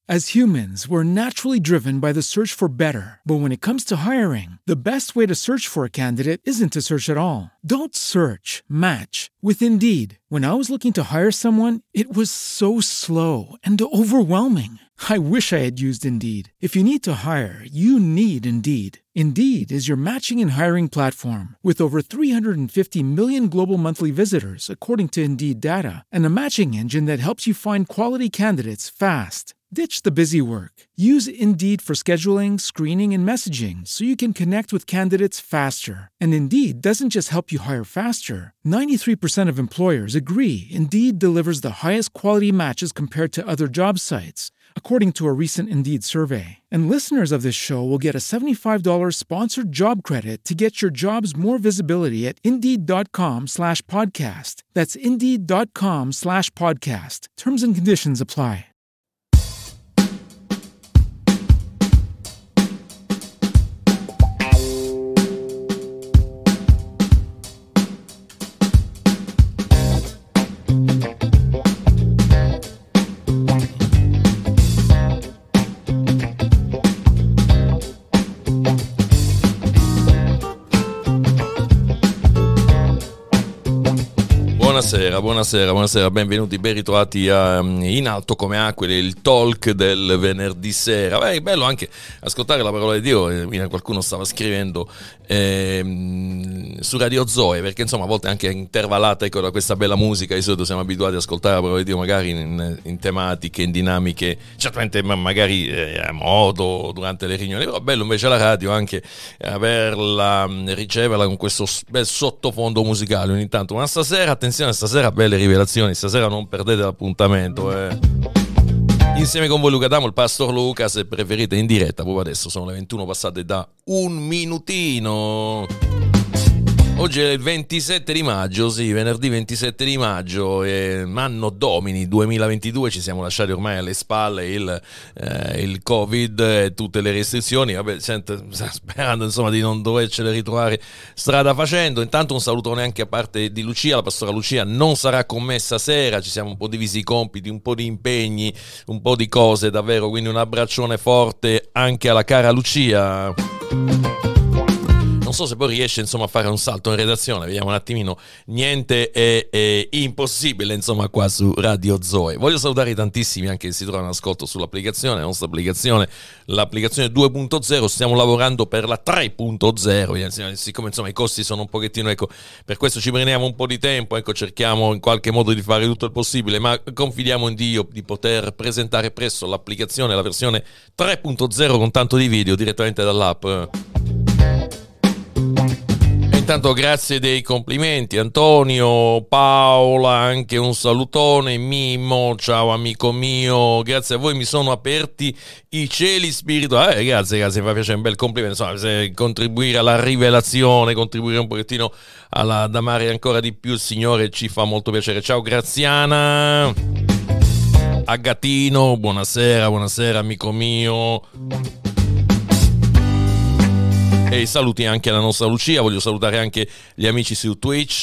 As humans, we're naturally driven by the search for better. But when it comes to hiring, the best way to search for a candidate isn't to search at all. Don't search, match with Indeed. When I was looking to hire someone, it was so slow and overwhelming. I wish I had used Indeed. If you need to hire, you need Indeed. Indeed is your matching and hiring platform with over 350 million global monthly visitors, according to Indeed data, and a matching engine that helps you find quality candidates fast. Ditch the busy work. Use Indeed for scheduling, screening, and messaging so you can connect with candidates faster. And Indeed doesn't just help you hire faster. 93% of employers agree Indeed delivers the highest quality matches compared to other job sites, according to a recent Indeed survey. And listeners of this show will get a $75 sponsored job credit to get your jobs more visibility at Indeed.com/podcast. That's Indeed.com/podcast. Terms and conditions apply. Buonasera, benvenuti, ben ritrovati a In Alto come Acque, il talk del venerdì sera. Beh, è bello anche ascoltare la parola di Dio. Qualcuno stava scrivendo su Radio Zoe, perché insomma a volte anche intervallata da questa bella musica. Di solito siamo abituati ad ascoltare la parola di Dio magari in tematiche, in dinamiche, certamente magari a modo durante le riunioni, però è bello invece la radio anche riceverla con questo bel sottofondo musicale ogni tanto. Ma stasera, attenzione, stasera belle rivelazioni, stasera non perdete l'appuntamento. Insieme con voi Luca D'Amo, il Pastor Luca, se preferite in diretta, proprio adesso sono le 21 passate da un minutino. Oggi è il 27 di maggio, sì, venerdì 27 di maggio, anno domini 2022, ci siamo lasciati ormai alle spalle il Covid e tutte le restrizioni. Vabbè, sperando insomma di non dovercele ritrovare strada facendo. Intanto un salutone anche a parte di Lucia, la pastora Lucia non sarà con me stasera, ci siamo un po' divisi i compiti, un po' di impegni, un po' di cose davvero, quindi un abbraccione forte anche alla cara Lucia. Non so se poi riesce insomma a fare un salto in redazione, vediamo un attimino. Niente è impossibile insomma qua su Radio Zoe. Voglio salutare i tantissimi anche che si trovano in ascolto sull'applicazione, la nostra applicazione, l'applicazione 2.0, stiamo lavorando per la 3.0, siccome insomma i costi sono un pochettino, ecco, per questo ci prendiamo un po' di tempo, ecco, cerchiamo in qualche modo di fare tutto il possibile, ma confidiamo in Dio di poter presentare presto l'applicazione, la versione 3.0 con tanto di video direttamente dall'app. Intanto grazie dei complimenti, Antonio, Paola, anche un salutone, Mimo, ciao amico mio, grazie a voi mi sono aperti i cieli spirituali, grazie, mi fa piacere, un bel complimento, insomma, se contribuire alla rivelazione, contribuire un pochettino ad amare ancora di più il Signore ci fa molto piacere. Ciao Graziana, Agatino, buonasera amico mio. E saluti anche alla nostra Lucia, voglio salutare anche gli amici su Twitch,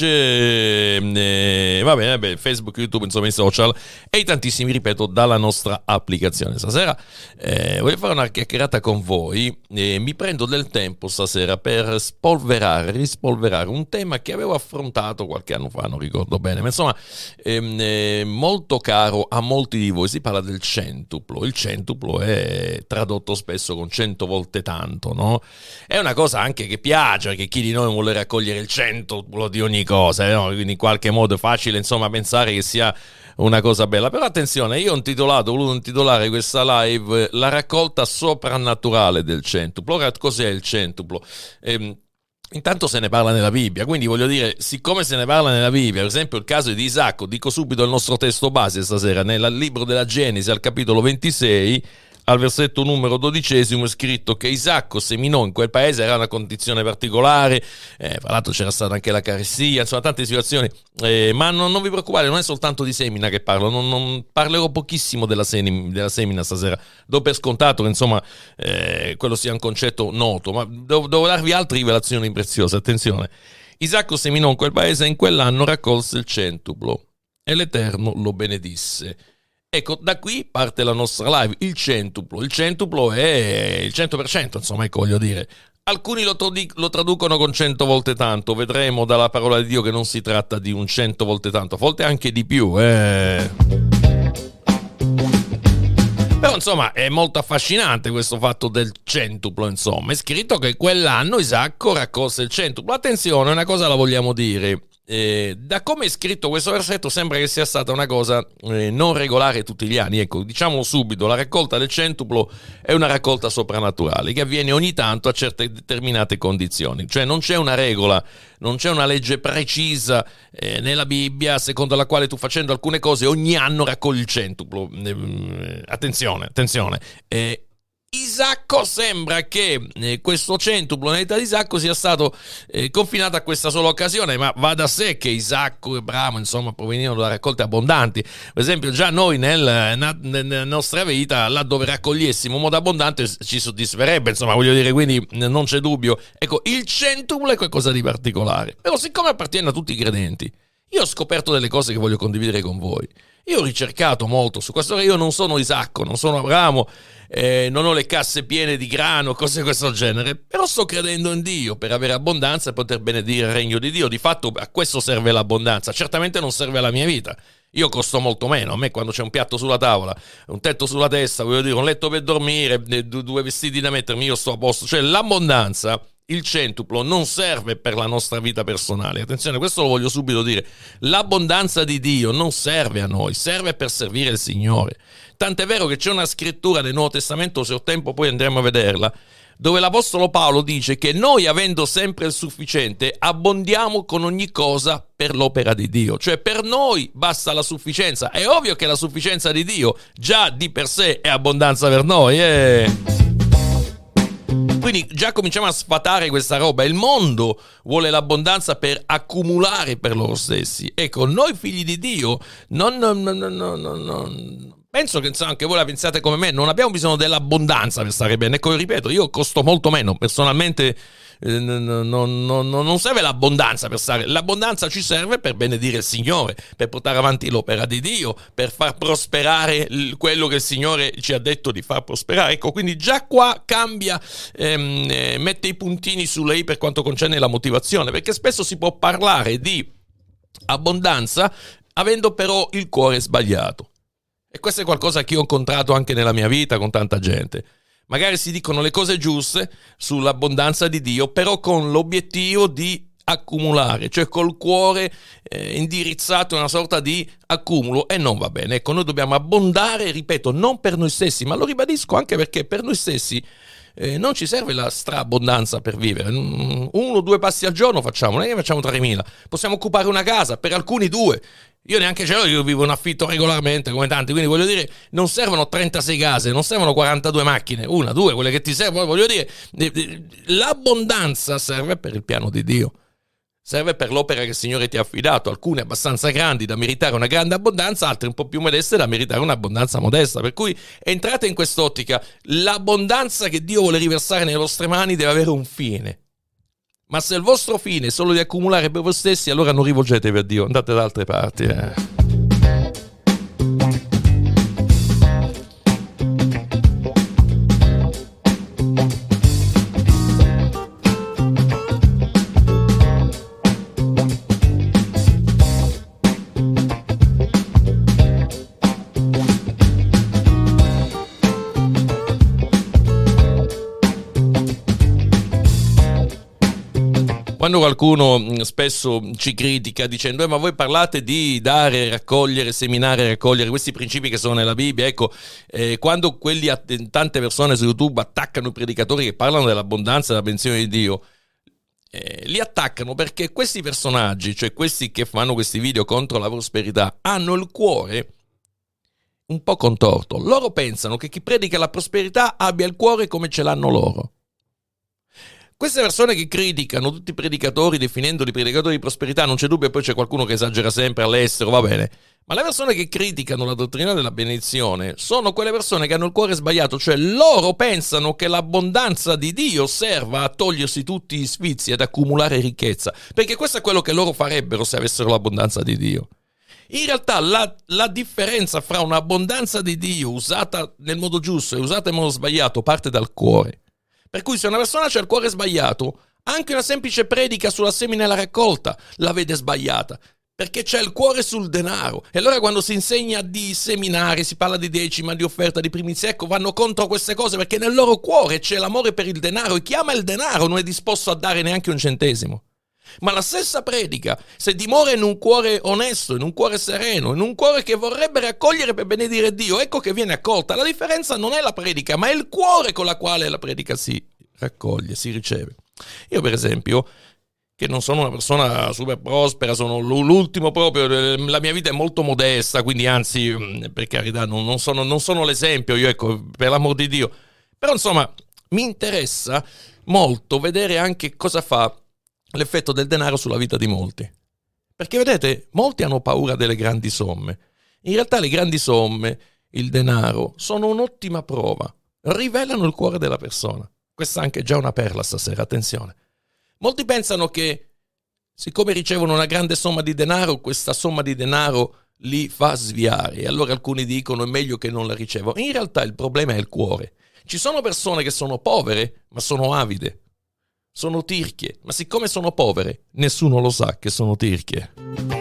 Facebook, YouTube, insomma i social e i tantissimi, ripeto, dalla nostra applicazione. Stasera voglio fare una chiacchierata con voi, mi prendo del tempo stasera per rispolverare un tema che avevo affrontato qualche anno fa, non ricordo bene, ma insomma molto caro a molti di voi. Si parla del centuplo. Il centuplo è tradotto spesso con 100 volte tanto, no? È una cosa anche che piace, perché chi di noi vuole raccogliere il centuplo di ogni cosa, no? Quindi in qualche modo è facile insomma pensare che sia una cosa bella. Però attenzione, io ho voluto intitolare questa live La raccolta soprannaturale del centuplo. Ora, cos'è il centuplo? Intanto se ne parla nella Bibbia, quindi voglio dire, siccome se ne parla nella Bibbia, per esempio il caso di Isacco, dico subito il nostro testo base stasera, nel libro della Genesi al capitolo 26, al versetto numero 12 è scritto che Isacco seminò in quel paese, era una condizione particolare, tra l'altro c'era stata anche la carestia, insomma tante situazioni, ma non vi preoccupate, non è soltanto di semina che parlo, non parlerò pochissimo della semina stasera, do per scontato che insomma quello sia un concetto noto, ma devo darvi altre rivelazioni preziose. Attenzione, Isacco seminò in quel paese e in quell'anno raccolse il centuplo e l'Eterno lo benedisse. Ecco, da qui parte la nostra live, il centuplo. Il centuplo è il 100%, insomma, ecco, voglio dire. Alcuni lo traducono con 100 volte tanto, vedremo dalla parola di Dio che non si tratta di un 100 volte tanto, a volte anche di più, Però insomma è molto affascinante questo fatto del centuplo, insomma. È scritto che quell'anno Isacco raccolse il centuplo. Attenzione, una cosa la vogliamo dire. Da come è scritto questo versetto sembra che sia stata una cosa non regolare tutti gli anni. Ecco, diciamo subito, la raccolta del centuplo è una raccolta soprannaturale che avviene ogni tanto a certe determinate condizioni. Cioè non c'è una regola, non c'è una legge precisa nella Bibbia secondo la quale tu, facendo alcune cose, ogni anno raccogli il centuplo. Attenzione. Isacco, sembra che questo centuplo nell'età di Isacco sia stato confinato a questa sola occasione, ma va da sé che Isacco e Abramo, insomma, provenivano da raccolte abbondanti. Per esempio, già noi nella nostra vita, laddove raccogliessimo in modo abbondante, ci soddisferebbe, insomma, voglio dire, quindi non c'è dubbio. Ecco, il centuplo è qualcosa di particolare, però siccome appartiene a tutti i credenti, io ho scoperto delle cose che voglio condividere con voi. Io ho ricercato molto su questo, io non sono Isacco, non sono Abramo, non ho le casse piene di grano, cose di questo genere, però sto credendo in Dio per avere abbondanza e poter benedire il regno di Dio. Di fatto a questo serve l'abbondanza, certamente non serve alla mia vita. Io costo molto meno, a me quando c'è un piatto sulla tavola, un tetto sulla testa, voglio dire, un letto per dormire, due vestiti da mettermi, io sto a posto. Cioè l'abbondanza, il centuplo, non serve per la nostra vita personale. Attenzione, questo lo voglio subito dire. L'abbondanza di Dio non serve a noi, serve per servire il Signore. Tant'è vero che c'è una scrittura del Nuovo Testamento, se ho tempo poi andremo a vederla, dove l'Apostolo Paolo dice che noi, avendo sempre il sufficiente, abbondiamo con ogni cosa per l'opera di Dio. Cioè per noi basta la sufficienza. È ovvio che la sufficienza di Dio già di per sé è abbondanza per noi, Quindi già cominciamo a sfatare questa roba. Il mondo vuole l'abbondanza per accumulare per loro stessi. Ecco, noi figli di Dio penso che anche voi la pensiate come me, non abbiamo bisogno dell'abbondanza per stare bene. Ecco, ripeto, io costo molto meno, personalmente non serve l'abbondanza per stare. L'abbondanza ci serve per benedire il Signore, per portare avanti l'opera di Dio, per far prosperare quello che il Signore ci ha detto di far prosperare. Ecco, quindi già qua cambia, mette i puntini sulle i per quanto concerne la motivazione, perché spesso si può parlare di abbondanza avendo però il cuore sbagliato. E questo è qualcosa che io ho incontrato anche nella mia vita con tanta gente. Magari si dicono le cose giuste sull'abbondanza di Dio, però con l'obiettivo di accumulare, cioè col cuore indirizzato a una sorta di accumulo, e non va bene. Ecco, noi dobbiamo abbondare, ripeto, non per noi stessi, ma lo ribadisco anche perché per noi stessi non ci serve la straabbondanza per vivere. 1 o 2 passi al giorno facciamo, non è che facciamo 3.000. Possiamo occupare una casa, per alcuni 2. Io neanche ce l'ho, io vivo in affitto regolarmente come tanti, quindi voglio dire, non servono 36 case, non servono 42 macchine, 1, 2, quelle che ti servono, voglio dire, l'abbondanza serve per il piano di Dio, serve per l'opera che il Signore ti ha affidato, alcune abbastanza grandi da meritare una grande abbondanza, altre un po' più modeste da meritare un'abbondanza modesta, per cui entrate in quest'ottica, l'abbondanza che Dio vuole riversare nelle vostre mani deve avere un fine. Ma se il vostro fine è solo di accumulare per voi stessi, allora non rivolgetevi a Dio, andate da altre parti. Quando qualcuno spesso ci critica dicendo ma voi parlate di dare, raccogliere, seminare, raccogliere, questi principi che sono nella Bibbia, ecco, quando tante persone su YouTube attaccano i predicatori che parlano dell'abbondanza e della benedizione di Dio, li attaccano perché questi personaggi, cioè questi che fanno questi video contro la prosperità, hanno il cuore un po' contorto. Loro pensano che chi predica la prosperità abbia il cuore come ce l'hanno loro. Queste persone che criticano tutti i predicatori, definendoli predicatori di prosperità, non c'è dubbio, poi c'è qualcuno che esagera sempre all'estero, va bene, ma le persone che criticano la dottrina della benedizione sono quelle persone che hanno il cuore sbagliato, cioè loro pensano che l'abbondanza di Dio serva a togliersi tutti gli sfizi, ad accumulare ricchezza, perché questo è quello che loro farebbero se avessero l'abbondanza di Dio. In realtà la differenza fra un'abbondanza di Dio usata nel modo giusto e usata in modo sbagliato parte dal cuore. Per cui se una persona ha il cuore sbagliato, anche una semplice predica sulla semina e la raccolta la vede sbagliata, perché c'è il cuore sul denaro. E allora quando si insegna di seminari, si parla di decima, di offerta, di primizie, ecco, vanno contro queste cose, perché nel loro cuore c'è l'amore per il denaro, e chi ama il denaro non è disposto a dare neanche un centesimo. Ma la stessa predica, se dimora in un cuore onesto, in un cuore sereno, in un cuore che vorrebbe raccogliere per benedire Dio, ecco che viene accolta. La differenza non è la predica, ma è il cuore con la quale la predica si raccoglie, si riceve. Io per esempio, che non sono una persona super prospera, sono l'ultimo proprio, la mia vita è molto modesta, quindi anzi, per carità, non sono l'esempio, io ecco, per l'amor di Dio. Però insomma, mi interessa molto vedere anche cosa fa l'effetto del denaro sulla vita di molti. Perché vedete, molti hanno paura delle grandi somme. In realtà le grandi somme, il denaro, sono un'ottima prova. Rivelano il cuore della persona. Questa è anche già una perla stasera, attenzione. Molti pensano che, siccome ricevono una grande somma di denaro, questa somma di denaro li fa sviare. E allora alcuni dicono è meglio che non la ricevo. In realtà il problema è il cuore. Ci sono persone che sono povere, ma sono avide. Sono tirchie, ma siccome sono povere, nessuno lo sa che sono tirchie.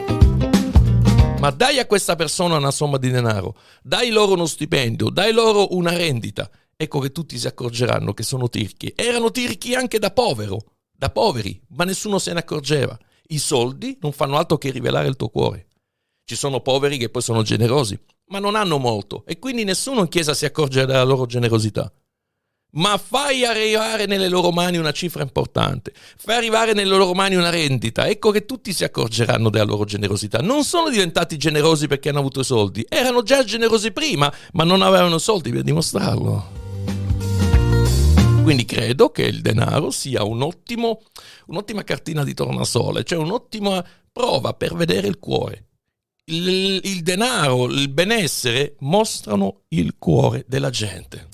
Ma dai a questa persona una somma di denaro, dai loro uno stipendio, dai loro una rendita, ecco che tutti si accorgeranno che sono tirchie. Erano tirchi anche da poveri, ma nessuno se ne accorgeva. I soldi non fanno altro che rivelare il tuo cuore. Ci sono poveri che poi sono generosi, ma non hanno molto, e quindi nessuno in chiesa si accorge della loro generosità. Ma fai arrivare nelle loro mani una cifra importante, fai arrivare nelle loro mani una rendita, ecco che tutti si accorgeranno della loro generosità. Non sono diventati generosi perché hanno avuto i soldi, erano già generosi prima, ma non avevano soldi per dimostrarlo. Quindi credo che il denaro sia un'ottima cartina di tornasole, cioè un'ottima prova per vedere il cuore. Il denaro, il benessere mostrano il cuore della gente.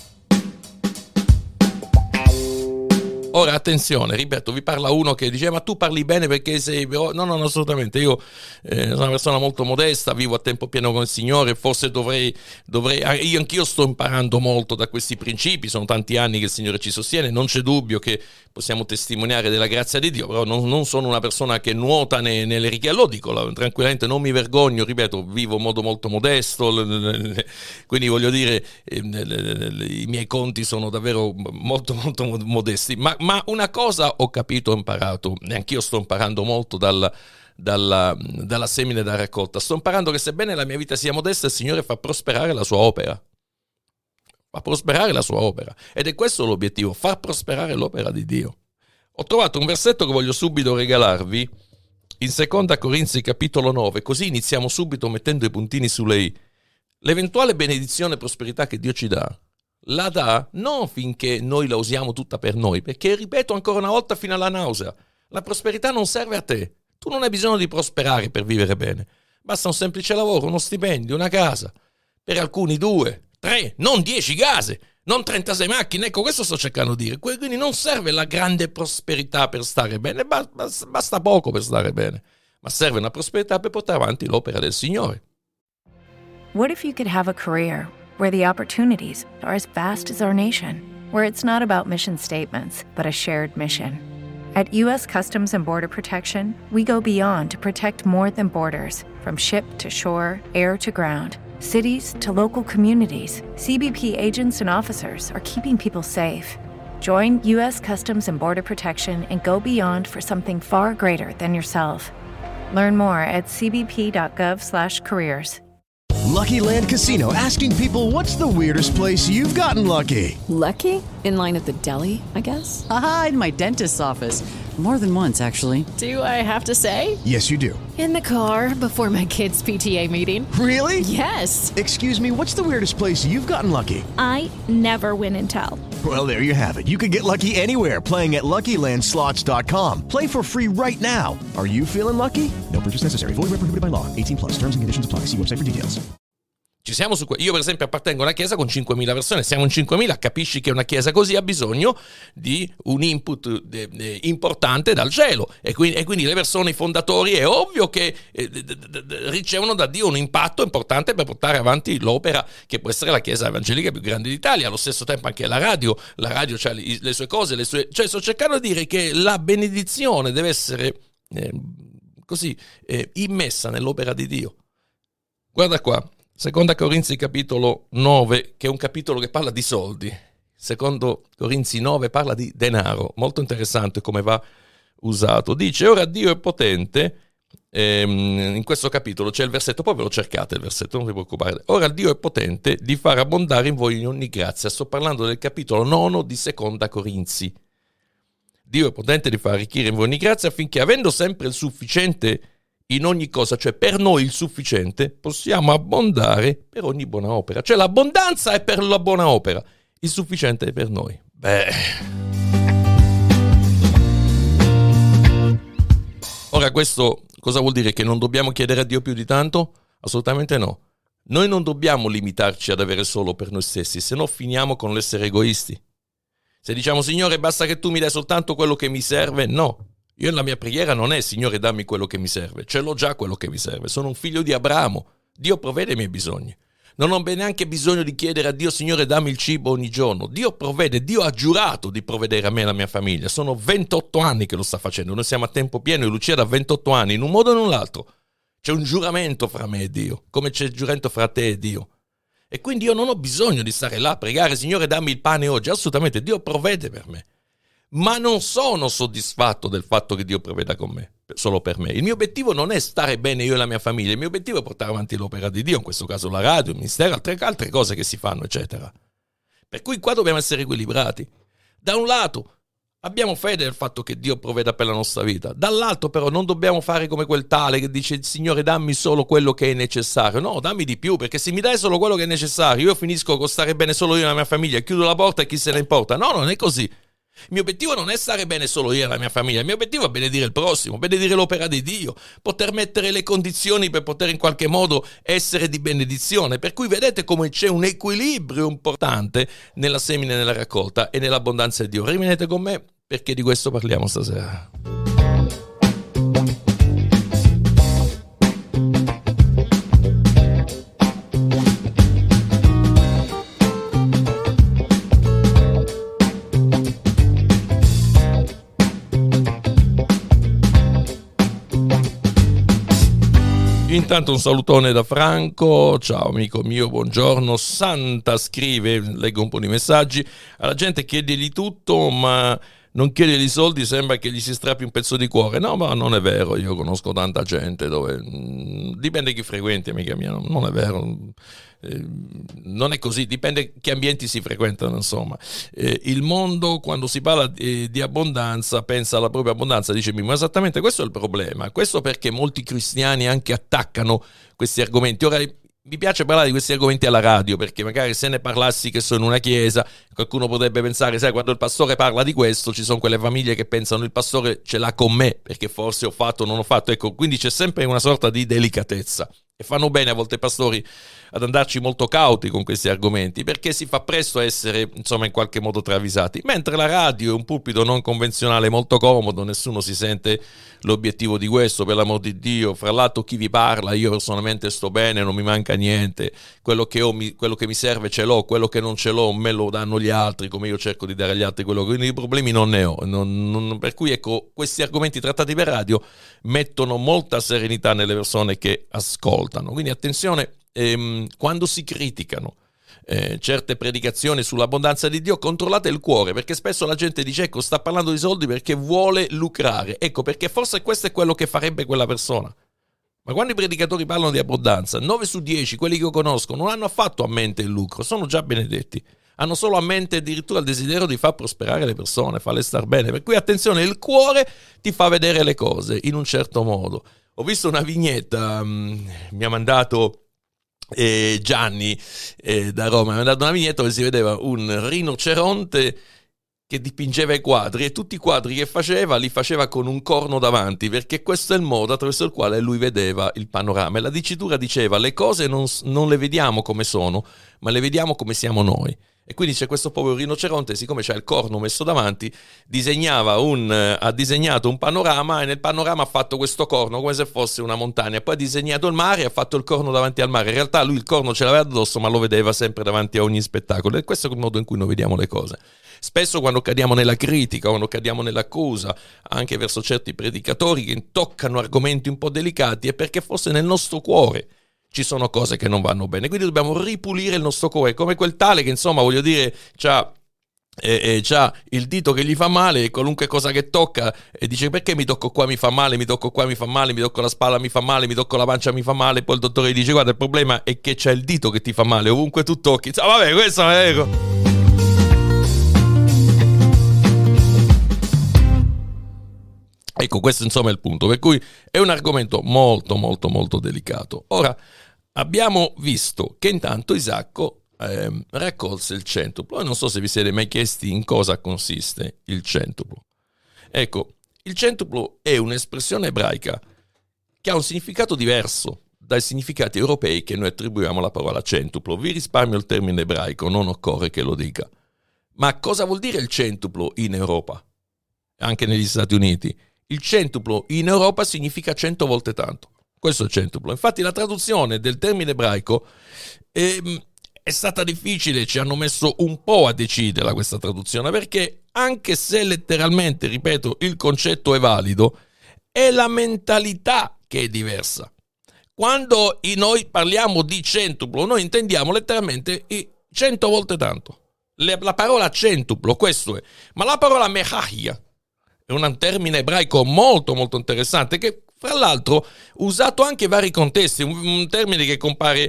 Ora attenzione, ripeto, vi parla uno che dice ma tu parli bene perché sei... No, assolutamente, io sono una persona molto modesta, vivo a tempo pieno con il Signore, forse dovrei io anch'io sto imparando molto da questi principi, sono tanti anni che il Signore ci sostiene, non c'è dubbio che possiamo testimoniare della grazia di Dio, però non sono una persona che nuota nelle ricchezze, lo dico tranquillamente, non mi vergogno, ripeto, vivo in modo molto modesto, quindi voglio dire, i miei conti sono davvero molto molto modesti, ma una cosa ho capito, ho imparato, e anch'io sto imparando molto dalla semina e dalla raccolta. Sto imparando che sebbene la mia vita sia modesta, il Signore fa prosperare la sua opera. Fa prosperare la sua opera. Ed è questo l'obiettivo, far prosperare l'opera di Dio. Ho trovato un versetto che voglio subito regalarvi, in 2 Corinzi capitolo 9, così iniziamo subito mettendo i puntini sulle i. L'eventuale benedizione e prosperità che Dio ci dà, la dà non finché noi la usiamo tutta per noi, perché ripeto ancora una volta fino alla nausea, la prosperità non serve a te, tu non hai bisogno di prosperare per vivere bene, basta un semplice lavoro, uno stipendio, una casa, per alcuni 2, 3, non 10 case, non 36 macchine, ecco questo sto cercando di dire, quindi non serve la grande prosperità per stare bene, basta poco per stare bene, ma serve una prosperità per portare avanti l'opera del Signore. What if you could have a career where the opportunities are as vast as our nation, where it's not about mission statements, but a shared mission? At U.S. Customs and Border Protection, we go beyond to protect more than borders. From ship to shore, air to ground, cities to local communities, CBP agents and officers are keeping people safe. Join U.S. Customs and Border Protection and go beyond for something far greater than yourself. Learn more at cbp.gov/careers. Lucky Land Casino, asking people, what's the weirdest place you've gotten lucky? Lucky? In line at the deli, I guess? Aha, in my dentist's office. More than once, actually. Do I have to say? Yes, you do. In the car before my kids' PTA meeting. Really? Yes. Excuse me, what's the weirdest place you've gotten lucky? I never win and tell. Well, there you have it. You can get lucky anywhere, playing at LuckyLandSlots.com. Play for free right now. Are you feeling lucky? No purchase necessary. Void where prohibited by law. 18+. Terms and conditions apply. See website for details. Io per esempio appartengo a una chiesa con 5.000 persone, siamo in 5.000, capisci che una chiesa così ha bisogno di un input importante dal cielo e quindi le persone, i fondatori, è ovvio che ricevono da Dio un impatto importante per portare avanti l'opera che può essere la chiesa evangelica più grande d'Italia. Allo stesso tempo anche la radio ha le sue cose, cioè sto cercando di dire che la benedizione deve essere immessa nell'opera di Dio. Guarda qua, Seconda Corinzi capitolo 9, che è un capitolo che parla di soldi. Secondo Corinzi 9 parla di denaro, molto interessante come va usato. Dice: ora Dio è potente, in questo capitolo c'è il versetto, poi ve lo cercate il versetto, non vi preoccupate. Ora Dio è potente di far abbondare in voi in ogni grazia. Sto parlando del capitolo 9 di Seconda Corinzi. Dio è potente di far arricchire in voi ogni grazia, affinché, avendo sempre il sufficiente in ogni cosa, cioè per noi il sufficiente, possiamo abbondare per ogni buona opera. Cioè l'abbondanza è per la buona opera, il sufficiente è per noi. Ora questo cosa vuol dire? Che non dobbiamo chiedere a Dio più di tanto? Assolutamente no. Noi non dobbiamo limitarci ad avere solo per noi stessi, se no finiamo con l'essere egoisti. Se diciamo: Signore, basta che tu mi dai soltanto quello che mi serve, no. Io la mia preghiera non è: Signore, dammi quello che mi serve, ce l'ho già quello che mi serve, sono un figlio di Abramo, Dio provvede i miei bisogni. Non ho neanche bisogno di chiedere a Dio: Signore, dammi il cibo ogni giorno. Dio provvede, Dio ha giurato di provvedere a me e alla mia famiglia. Sono 28 anni che lo sta facendo, noi siamo a tempo pieno e Lucia da 28 anni, in un modo o in un altro. C'è un giuramento fra me e Dio, come c'è il giuramento fra te e Dio. E quindi io non ho bisogno di stare là a pregare: Signore, dammi il pane oggi. Assolutamente, Dio provvede per me. Ma non sono soddisfatto del fatto che Dio provveda con me, solo per me. Il mio obiettivo non è stare bene io e la mia famiglia, il mio obiettivo è portare avanti l'opera di Dio, in questo caso la radio, il ministero, altre cose che si fanno, eccetera. Per cui qua dobbiamo essere equilibrati. Da un lato abbiamo fede nel fatto che Dio provveda per la nostra vita, dall'altro però non dobbiamo fare come quel tale che dice: Signore, dammi solo quello che è necessario. No, dammi di più, perché se mi dai solo quello che è necessario, io finisco con stare bene solo io e la mia famiglia, chiudo la porta e chi se ne importa. No, non è così. Il mio obiettivo non è stare bene solo io e la mia famiglia, il mio obiettivo è benedire il prossimo, benedire l'opera di Dio, poter mettere le condizioni per poter in qualche modo essere di benedizione. Per cui vedete come c'è un equilibrio importante nella semina e nella raccolta e nell'abbondanza di Dio. Rimanete con me perché di questo parliamo stasera. Intanto un salutone da Franco: ciao amico mio, buongiorno. Santa scrive, leggo un po' di messaggi: alla gente chiedili tutto ma non chiedili soldi, sembra che gli si strappi un pezzo di cuore. No, ma non è vero, io conosco tanta gente dove dipende chi frequenti, amica mia, non è vero. Non è così, dipende che ambienti si frequentano, insomma. Il mondo, quando si parla di abbondanza, pensa alla propria abbondanza, dice Mimmo. Esattamente, questo è il problema. Questo perché molti cristiani anche attaccano questi argomenti. Ora, mi piace parlare di questi argomenti alla radio, perché magari se ne parlassi che sono in una chiesa, qualcuno potrebbe pensare: sai, quando il pastore parla di questo, ci sono quelle famiglie che pensano il pastore ce l'ha con me, perché forse ho fatto o non ho fatto. Ecco, quindi c'è sempre una sorta di delicatezza. E fanno bene a volte i pastori ad andarci molto cauti con questi argomenti, perché si fa presto a essere, insomma, in qualche modo travisati. Mentre la radio è un pulpito non convenzionale molto comodo, nessuno si sente l'obiettivo di questo, per l'amor di Dio. Fra l'altro, chi vi parla, io personalmente sto bene, non mi manca niente, quello che ho, quello che mi serve ce l'ho, quello che non ce l'ho me lo danno gli altri, come io cerco di dare agli altri quello che... Quindi i problemi non ne ho. Per cui, ecco, questi argomenti trattati per radio mettono molta serenità nelle persone che ascoltano. Quindi attenzione, quando si criticano certe predicazioni sull'abbondanza di Dio, controllate il cuore, perché spesso la gente dice: ecco, sta parlando di soldi perché vuole lucrare. Ecco, perché forse questo è quello che farebbe quella persona. Ma quando i predicatori parlano di abbondanza, 9 su 10, quelli che io conosco, non hanno affatto a mente il lucro, sono già benedetti. Hanno solo a mente addirittura il desiderio di far prosperare le persone, farle star bene. Per cui attenzione, il cuore ti fa vedere le cose in un certo modo. Ho visto una vignetta, mi ha mandato Gianni da Roma, mi ha mandato una vignetta dove si vedeva un rinoceronte che dipingeva i quadri, e tutti i quadri che faceva li faceva con un corno davanti, perché questo è il modo attraverso il quale lui vedeva il panorama. E la dicitura diceva: le cose non le vediamo come sono, ma le vediamo come siamo noi. E quindi c'è questo povero rinoceronte, siccome c'ha il corno messo davanti, ha disegnato un panorama, e nel panorama ha fatto questo corno come se fosse una montagna. Poi ha disegnato il mare e ha fatto il corno davanti al mare. In realtà lui il corno ce l'aveva addosso, ma lo vedeva sempre davanti a ogni spettacolo. E questo è il modo in cui noi vediamo le cose. Spesso quando cadiamo nella critica, quando cadiamo nell'accusa, anche verso certi predicatori che toccano argomenti un po' delicati, è perché forse nel nostro cuore ci sono cose che non vanno bene. Quindi dobbiamo ripulire il nostro cuore, come quel tale che, insomma, voglio dire, c'ha il dito che gli fa male, e qualunque cosa che tocca, e dice: perché mi tocco qua mi fa male, mi tocco qua mi fa male, mi tocco la spalla mi fa male, mi tocco la pancia mi fa male. Poi il dottore gli dice: guarda, il problema è che c'è il dito che ti fa male ovunque tu tocchi. Vabbè, questo è vero. Ecco, questo insomma è il punto, per cui è un argomento molto molto molto delicato. Ora, abbiamo visto che intanto Isacco raccolse il centuplo, e non so se vi siete mai chiesti in cosa consiste il centuplo. Ecco, il centuplo è un'espressione ebraica che ha un significato diverso dai significati europei che noi attribuiamo alla parola centuplo. Vi risparmio il termine ebraico, non occorre che lo dica. Ma cosa vuol dire il centuplo in Europa? Anche negli Stati Uniti? Il centuplo in Europa significa 100 volte tanto. Questo è il centuplo. Infatti la traduzione del termine ebraico è stata difficile, ci hanno messo un po' a deciderla questa traduzione, perché anche se letteralmente, ripeto, il concetto è valido, è la mentalità che è diversa. Quando noi parliamo di centuplo, noi intendiamo letteralmente 100 volte tanto. La parola centuplo, questo è. Ma la parola mechahia è un termine ebraico molto molto interessante, che fra l'altro usato anche in vari contesti, un termine che compare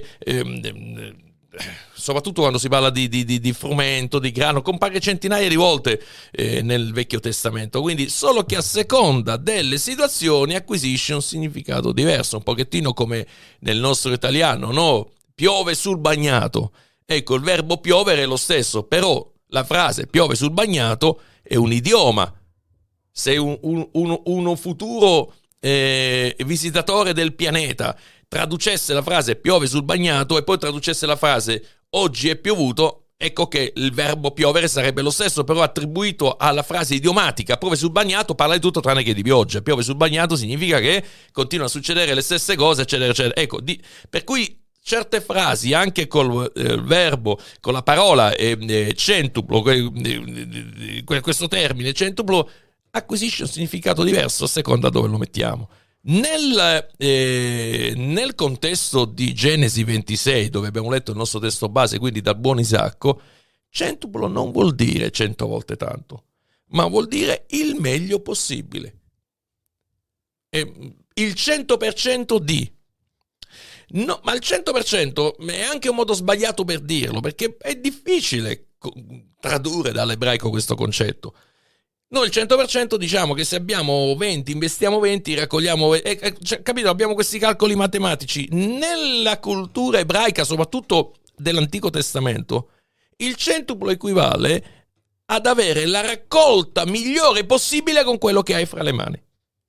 soprattutto quando si parla di frumento, di grano, compare centinaia di volte nel Vecchio Testamento, quindi solo che a seconda delle situazioni acquisisce un significato diverso, un pochettino come nel nostro italiano, no? Piove sul bagnato. Ecco, il verbo piovere è lo stesso, però la frase piove sul bagnato è un idioma. Se uno futuro visitatore del pianeta traducesse la frase piove sul bagnato e poi traducesse la frase oggi è piovuto, ecco che il verbo piovere sarebbe lo stesso, però attribuito alla frase idiomatica. Piove sul bagnato parla di tutto tranne che di pioggia. Piove sul bagnato significa che continuano a succedere le stesse cose, eccetera, eccetera. Ecco, per cui certe frasi, anche col verbo, con la parola centuplo, questo termine centuplo, acquisisce un significato diverso a seconda dove lo mettiamo. Nel contesto di Genesi 26, dove abbiamo letto il nostro testo base, quindi dal buon Isacco, centuplo non vuol dire 100 volte tanto, ma vuol dire il meglio possibile. Il 100% di. No, ma il 100% è anche un modo sbagliato per dirlo, perché è difficile tradurre dall'ebraico questo concetto. Noi il 100% diciamo che se abbiamo 20, investiamo 20, raccogliamo... capito? Abbiamo questi calcoli matematici. Nella cultura ebraica, soprattutto dell'Antico Testamento, il centuplo equivale ad avere la raccolta migliore possibile con quello che hai fra le mani.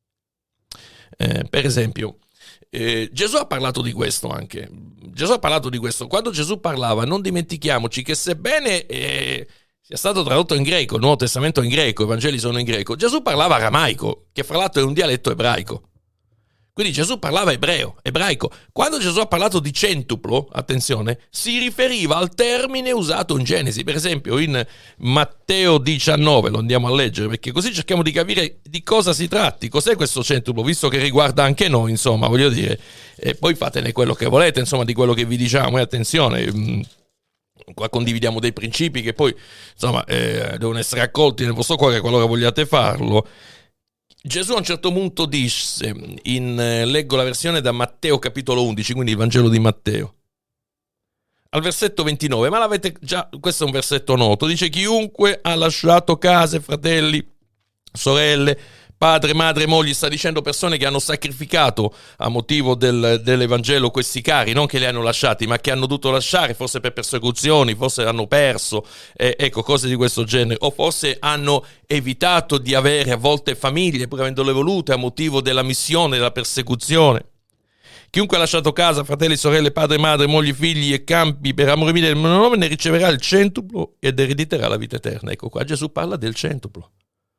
Per esempio, Gesù ha parlato di questo anche. Gesù ha parlato di questo. Quando Gesù parlava, non dimentichiamoci che sebbene... sia stato tradotto in greco, il Nuovo Testamento è in greco, i Vangeli sono in greco, Gesù parlava aramaico, che fra l'altro è un dialetto ebraico. Quindi Gesù parlava ebraico. Quando Gesù ha parlato di centuplo, attenzione, si riferiva al termine usato in Genesi. Per esempio in Matteo 19, lo andiamo a leggere, perché così cerchiamo di capire di cosa si tratti, cos'è questo centuplo, visto che riguarda anche noi, insomma, voglio dire. E poi fatene quello che volete, insomma, di quello che vi diciamo, e attenzione... Qua condividiamo dei principi che poi, insomma, devono essere accolti nel vostro cuore qualora vogliate farlo. Gesù a un certo punto disse, leggo la versione da Matteo capitolo 11, quindi il Vangelo di Matteo, al versetto 29, ma l'avete già, questo è un versetto noto, dice: chiunque ha lasciato case, fratelli, sorelle, padre, madre, moglie, sta dicendo persone che hanno sacrificato a motivo dell'Evangelo questi cari, non che li hanno lasciati, ma che hanno dovuto lasciare, forse per persecuzioni, forse hanno perso, ecco, cose di questo genere, o forse hanno evitato di avere a volte famiglie, pur avendole volute, a motivo della missione, della persecuzione. Chiunque ha lasciato casa, fratelli, sorelle, padre, madre, mogli, figli e campi per amore mio del mio nome ne riceverà il centuplo ed erediterà la vita eterna. Ecco qua Gesù parla del centuplo.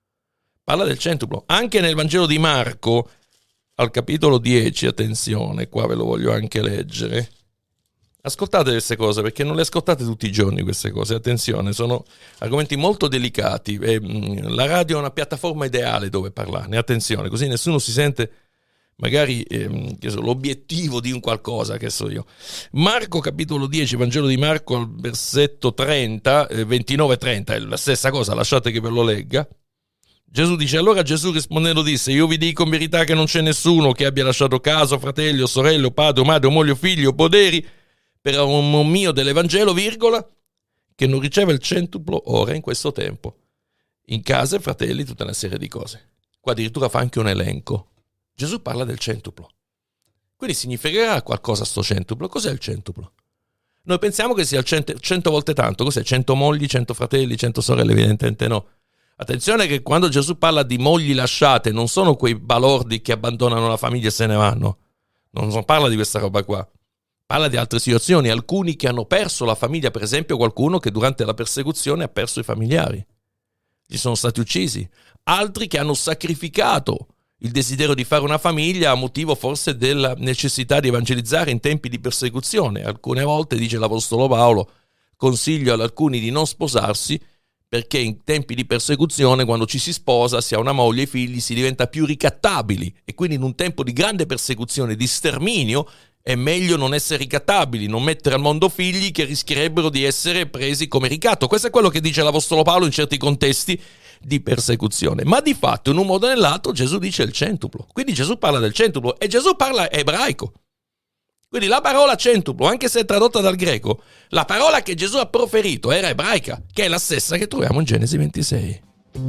Parla del centuplo. Anche nel Vangelo di Marco, al capitolo 10, attenzione, qua ve lo voglio anche leggere. Ascoltate queste cose, perché non le ascoltate tutti i giorni queste cose, attenzione, sono argomenti molto delicati. La radio è una piattaforma ideale dove parlarne, attenzione, così nessuno si sente magari l'obiettivo di un qualcosa, che so io. Marco capitolo 10, Vangelo di Marco, al versetto 30, 29-30, è la stessa cosa, lasciate che ve lo legga. Gesù dice: allora Gesù rispondendo disse: io vi dico in verità che non c'è nessuno che abbia lasciato casa, o fratelli, o sorelle, o padre, o madre, o moglie, o figli, o poderi per amor mio dell'Evangelo, virgola, che non riceve il centuplo ora in questo tempo, in casa e fratelli, tutta una serie di cose. Qua addirittura fa anche un elenco. Gesù parla del centuplo, quindi significherà qualcosa sto centuplo. Cos'è il centuplo? Noi pensiamo che sia 100 volte tanto. Cos'è? 100 mogli, 100 fratelli, 100 sorelle? Evidentemente no. Attenzione che quando Gesù parla di mogli lasciate, non sono quei balordi che abbandonano la famiglia e se ne vanno. Non parla di questa roba qua. Parla di altre situazioni. Alcuni che hanno perso la famiglia, per esempio qualcuno che durante la persecuzione ha perso i familiari. Gli sono stati uccisi. Altri che hanno sacrificato il desiderio di fare una famiglia a motivo forse della necessità di evangelizzare in tempi di persecuzione. Alcune volte, dice l'Apostolo Paolo, consiglio ad alcuni di non sposarsi, perché in tempi di persecuzione, quando ci si sposa, si ha una moglie e figli, si diventa più ricattabili, e quindi in un tempo di grande persecuzione, di sterminio, è meglio non essere ricattabili, non mettere al mondo figli che rischierebbero di essere presi come ricatto. Questo è quello che dice l'Apostolo Paolo in certi contesti di persecuzione. Ma di fatto, in un modo o nell'altro, Gesù dice il centuplo. Quindi Gesù parla del centuplo, e Gesù parla ebraico. Quindi la parola centuplo, anche se è tradotta dal greco, la parola che Gesù ha proferito era ebraica, che è la stessa che troviamo in Genesi 26.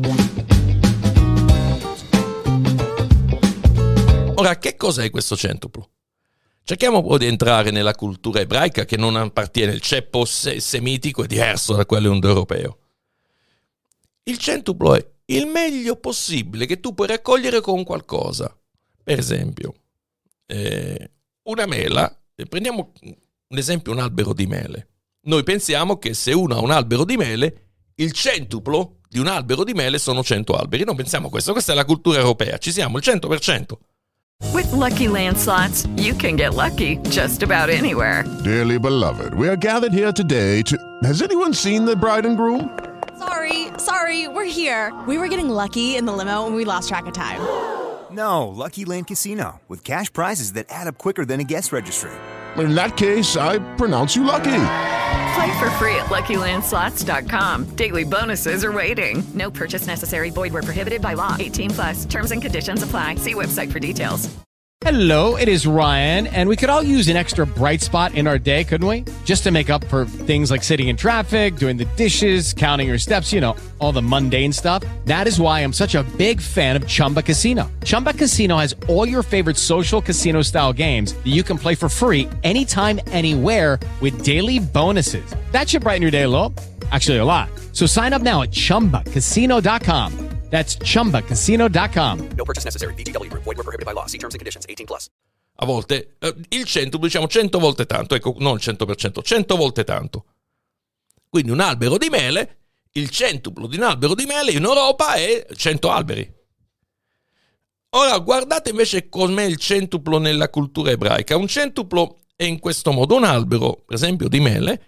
Ora, che cos'è questo centuplo? Cerchiamo un po' di entrare nella cultura ebraica, che non appartiene, il ceppo semitico è diverso da quello indoeuropeo. Il centuplo è il meglio possibile che tu puoi raccogliere con qualcosa. Per esempio, una mela, prendiamo un esempio, un albero di mele. Noi pensiamo che se uno ha un albero di mele, il centuplo di un albero di mele sono 100 alberi. Non pensiamo questo, questa è la cultura europea, ci siamo il 100%. With Lucky Land Slots, you can get lucky just about anywhere. Dearly beloved, we are gathered here today to... Has anyone seen the bride and groom? Sorry, we're here. We were getting lucky in the limo and we lost track of time. No, Lucky Land Casino, with cash prizes that add up quicker than a guest registry. In that case, I pronounce you lucky. Play for free at LuckyLandSlots.com. Daily bonuses are waiting. No purchase necessary. Void where prohibited by law. 18+. Terms and conditions apply. See website for details. Hello, it is Ryan, and we could all use an extra bright spot in our day, couldn't we? Just to make up for things like sitting in traffic, doing the dishes, counting your steps, you know, all the mundane stuff. That is why I'm such a big fan of Chumba Casino. Chumba Casino has all your favorite social casino-style games that you can play for free anytime, anywhere with daily bonuses. That should brighten your day a little. Actually, a lot. So sign up now at ChumbaCasino.com. That's ChumbaCasino.com. No purchase necessary. VGW Group. Void where prohibited by law. See terms and conditions. 18+. A volte il centuplo, diciamo 100 volte tanto, ecco, non il 100%, 100 volte tanto. Quindi un albero di mele, il centuplo di un albero di mele in Europa è 100 alberi. Ora guardate invece com'è il centuplo nella cultura ebraica. Un centuplo è in questo modo: un albero, per esempio, di mele,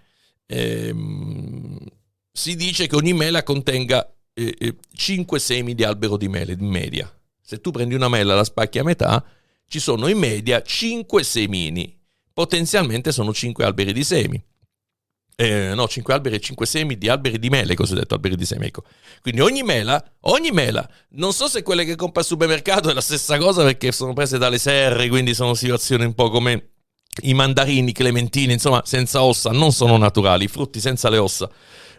si dice che ogni mela contenga 5 semi di albero di mele in media. Se tu prendi una mela e la spacchi a metà, ci sono in media 5 semini. Potenzialmente sono 5 alberi di semi. 5 alberi e 5 semi di alberi di mele, cosiddetto alberi di semi, ecco. Quindi ogni mela, non so se quelle che compra al supermercato è la stessa cosa, perché sono prese dalle serre, quindi sono situazioni un po' come i mandarini, i clementini, insomma senza ossa, non sono naturali, i frutti senza le ossa.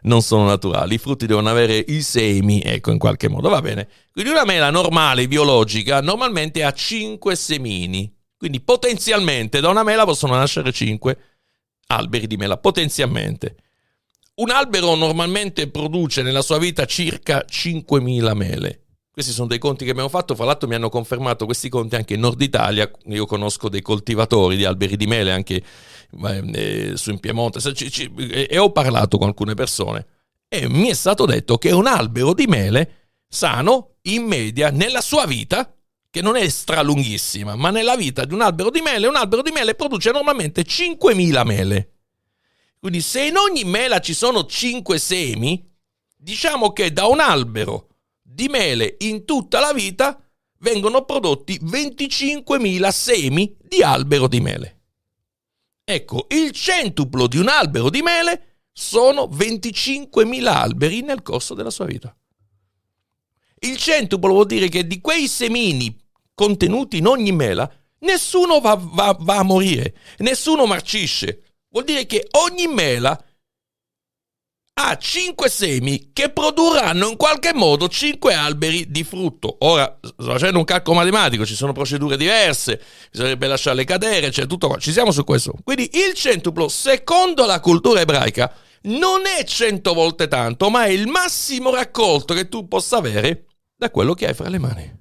non sono naturali, i frutti devono avere i semi, ecco, in qualche modo, va bene. Quindi una mela normale, biologica, normalmente ha 5 semini, quindi potenzialmente da una mela possono nascere 5 alberi di mela, potenzialmente. Un albero normalmente produce nella sua vita circa 5.000 mele. Questi sono dei conti che abbiamo fatto, fra l'altro mi hanno confermato questi conti anche in Nord Italia, io conosco dei coltivatori di alberi di mele anche su in Piemonte, e ho parlato con alcune persone e mi è stato detto che un albero di mele sano, in media, nella sua vita, che non è stralunghissima, ma nella vita di un albero di mele produce normalmente 5.000 mele. Quindi se in ogni mela ci sono 5 semi, diciamo che da un albero di mele in tutta la vita vengono prodotti 25.000 semi di albero di mele. Ecco, il centuplo di un albero di mele sono 25.000 alberi nel corso della sua vita. Il centuplo vuol dire che di quei semini contenuti in ogni mela nessuno va a morire, nessuno marcisce. Vuol dire che ogni mela ha 5 semi che produrranno in qualche modo 5 alberi di frutto. Ora, sto facendo un calcolo matematico, ci sono procedure diverse, bisognerebbe lasciarle cadere, c'è tutto qua, ci siamo su questo. Quindi il centuplo, secondo la cultura ebraica, non è 100 volte tanto, ma è il massimo raccolto che tu possa avere da quello che hai fra le mani.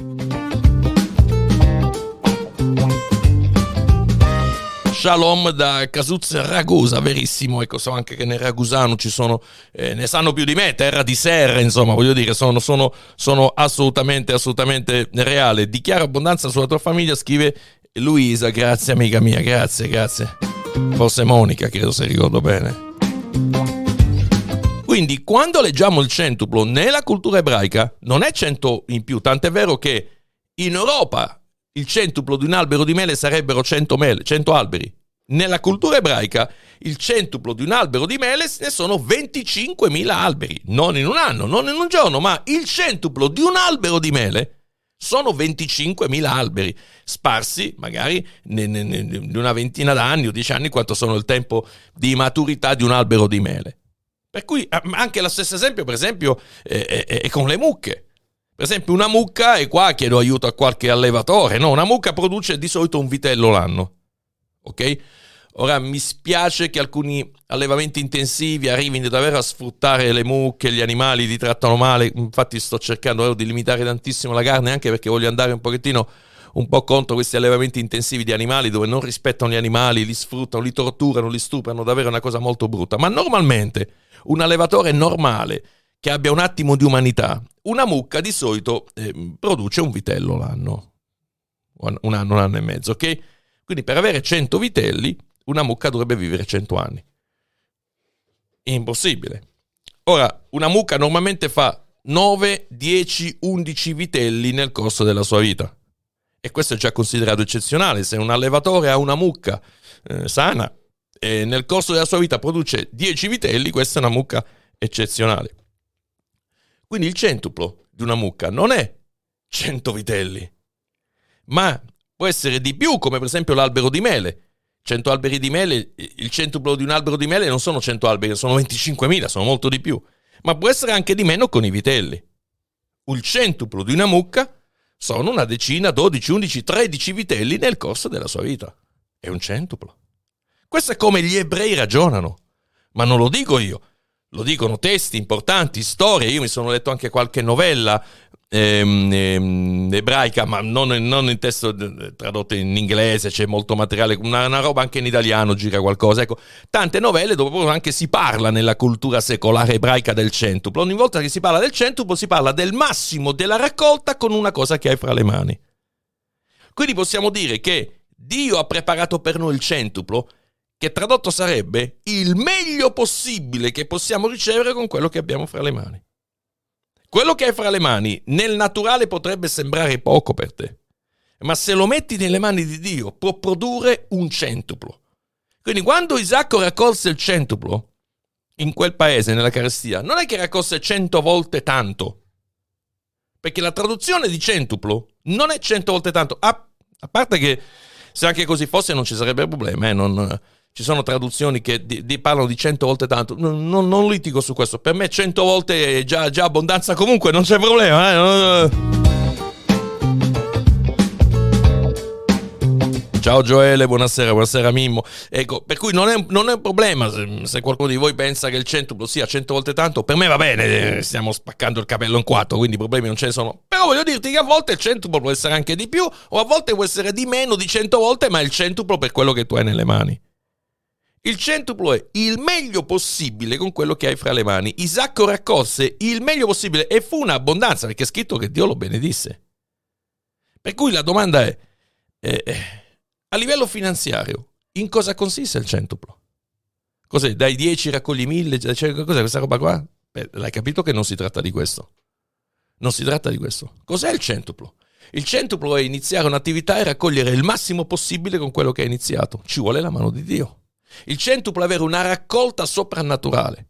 Shalom da Casuz Ragusa, verissimo, ecco, so anche che nel Ragusano ci sono, ne sanno più di me, terra di serra, insomma, voglio dire, sono assolutamente reale. Dichiaro abbondanza sulla tua famiglia, scrive Luisa, grazie amica mia, grazie. Forse Monica, credo se ricordo bene. Quindi, quando leggiamo il centuplo nella cultura ebraica, non è 100 in più, tant'è vero che in Europa il centuplo di un albero di mele sarebbero 100 alberi. Nella cultura ebraica il centuplo di un albero di mele ne sono 25.000 alberi, non in un anno, non in un giorno, ma il centuplo di un albero di mele sono 25.000 alberi, sparsi magari di una ventina d'anni o 10 anni, quanto sono il tempo di maturità di un albero di mele. Per cui anche lo stesso esempio, per esempio, è con le mucche. Per esempio una mucca, e qua chiedo aiuto a qualche allevatore, no? Una mucca produce di solito un vitello l'anno, ok? Ora mi spiace che alcuni allevamenti intensivi arrivino davvero a sfruttare le mucche, gli animali li trattano male, infatti sto cercando di limitare tantissimo la carne, anche perché voglio andare un po' contro questi allevamenti intensivi di animali dove non rispettano gli animali, li sfruttano, li torturano, li stuprano, davvero una cosa molto brutta. Ma normalmente un allevatore normale che abbia un attimo di umanità, una mucca di solito produce un vitello l'anno, un anno e mezzo, ok? Quindi per avere 100 vitelli, una mucca dovrebbe vivere 100 anni. Impossibile. Ora, una mucca normalmente fa 9, 10, 11 vitelli nel corso della sua vita. E questo è già considerato eccezionale. Se un allevatore ha una mucca sana e nel corso della sua vita produce 10 vitelli, questa è una mucca eccezionale. Quindi il centuplo di una mucca non è 100 vitelli, ma può essere di più, come per esempio l'albero di mele. 100 alberi di mele, il centuplo di un albero di mele non sono 100 alberi, sono 25.000, sono molto di più. Ma può essere anche di meno con i vitelli. Il centuplo di una mucca sono una decina, 12, 11, 13 vitelli nel corso della sua vita. È un centuplo. Questo è come gli ebrei ragionano, ma non lo dico io. Lo dicono testi importanti, storie. Io mi sono letto anche qualche novella ebraica, ma non in testo tradotto in inglese, c'è molto materiale, una roba anche in italiano gira qualcosa. Ecco, tante novelle dove anche si parla nella cultura secolare ebraica del centuplo. Ogni volta che si parla del centuplo si parla del massimo della raccolta con una cosa che hai fra le mani. Quindi possiamo dire che Dio ha preparato per noi il centuplo, che tradotto sarebbe il meglio possibile che possiamo ricevere con quello che abbiamo fra le mani. Quello che hai fra le mani nel naturale potrebbe sembrare poco per te, ma se lo metti nelle mani di Dio può produrre un centuplo. Quindi quando Isacco raccolse il centuplo in quel paese, nella carestia, non è che raccolse 100 volte tanto, perché la traduzione di centuplo non è 100 volte tanto, a parte che se anche così fosse non ci sarebbe problema, Ci sono traduzioni che parlano di 100 volte tanto. Non litigo su questo. Per me 100 volte è già abbondanza comunque, non c'è problema. Ciao Gioele, buonasera Mimmo. Ecco, per cui non è un problema se qualcuno di voi pensa che il centuplo sia 100 volte tanto. Per me va bene, stiamo spaccando il capello in quattro, quindi problemi non ce ne sono. Però voglio dirti che a volte il centuplo può essere anche di più, o a volte può essere di meno di 100 volte, ma il centuplo per quello che tu hai nelle mani. Il centuplo è il meglio possibile con quello che hai fra le mani. Isacco raccolse il meglio possibile e fu un'abbondanza, perché è scritto che Dio lo benedisse. Per cui la domanda è a livello finanziario, in cosa consiste il centuplo? Cos'è? Dai 10 raccogli 1000? Cos'è questa roba qua? L'hai capito che non si tratta di questo. Non si tratta di questo. Cos'è il centuplo? Il centuplo è iniziare un'attività e raccogliere il massimo possibile con quello che hai iniziato. Ci vuole la mano di Dio. Il centuplo è avere una raccolta soprannaturale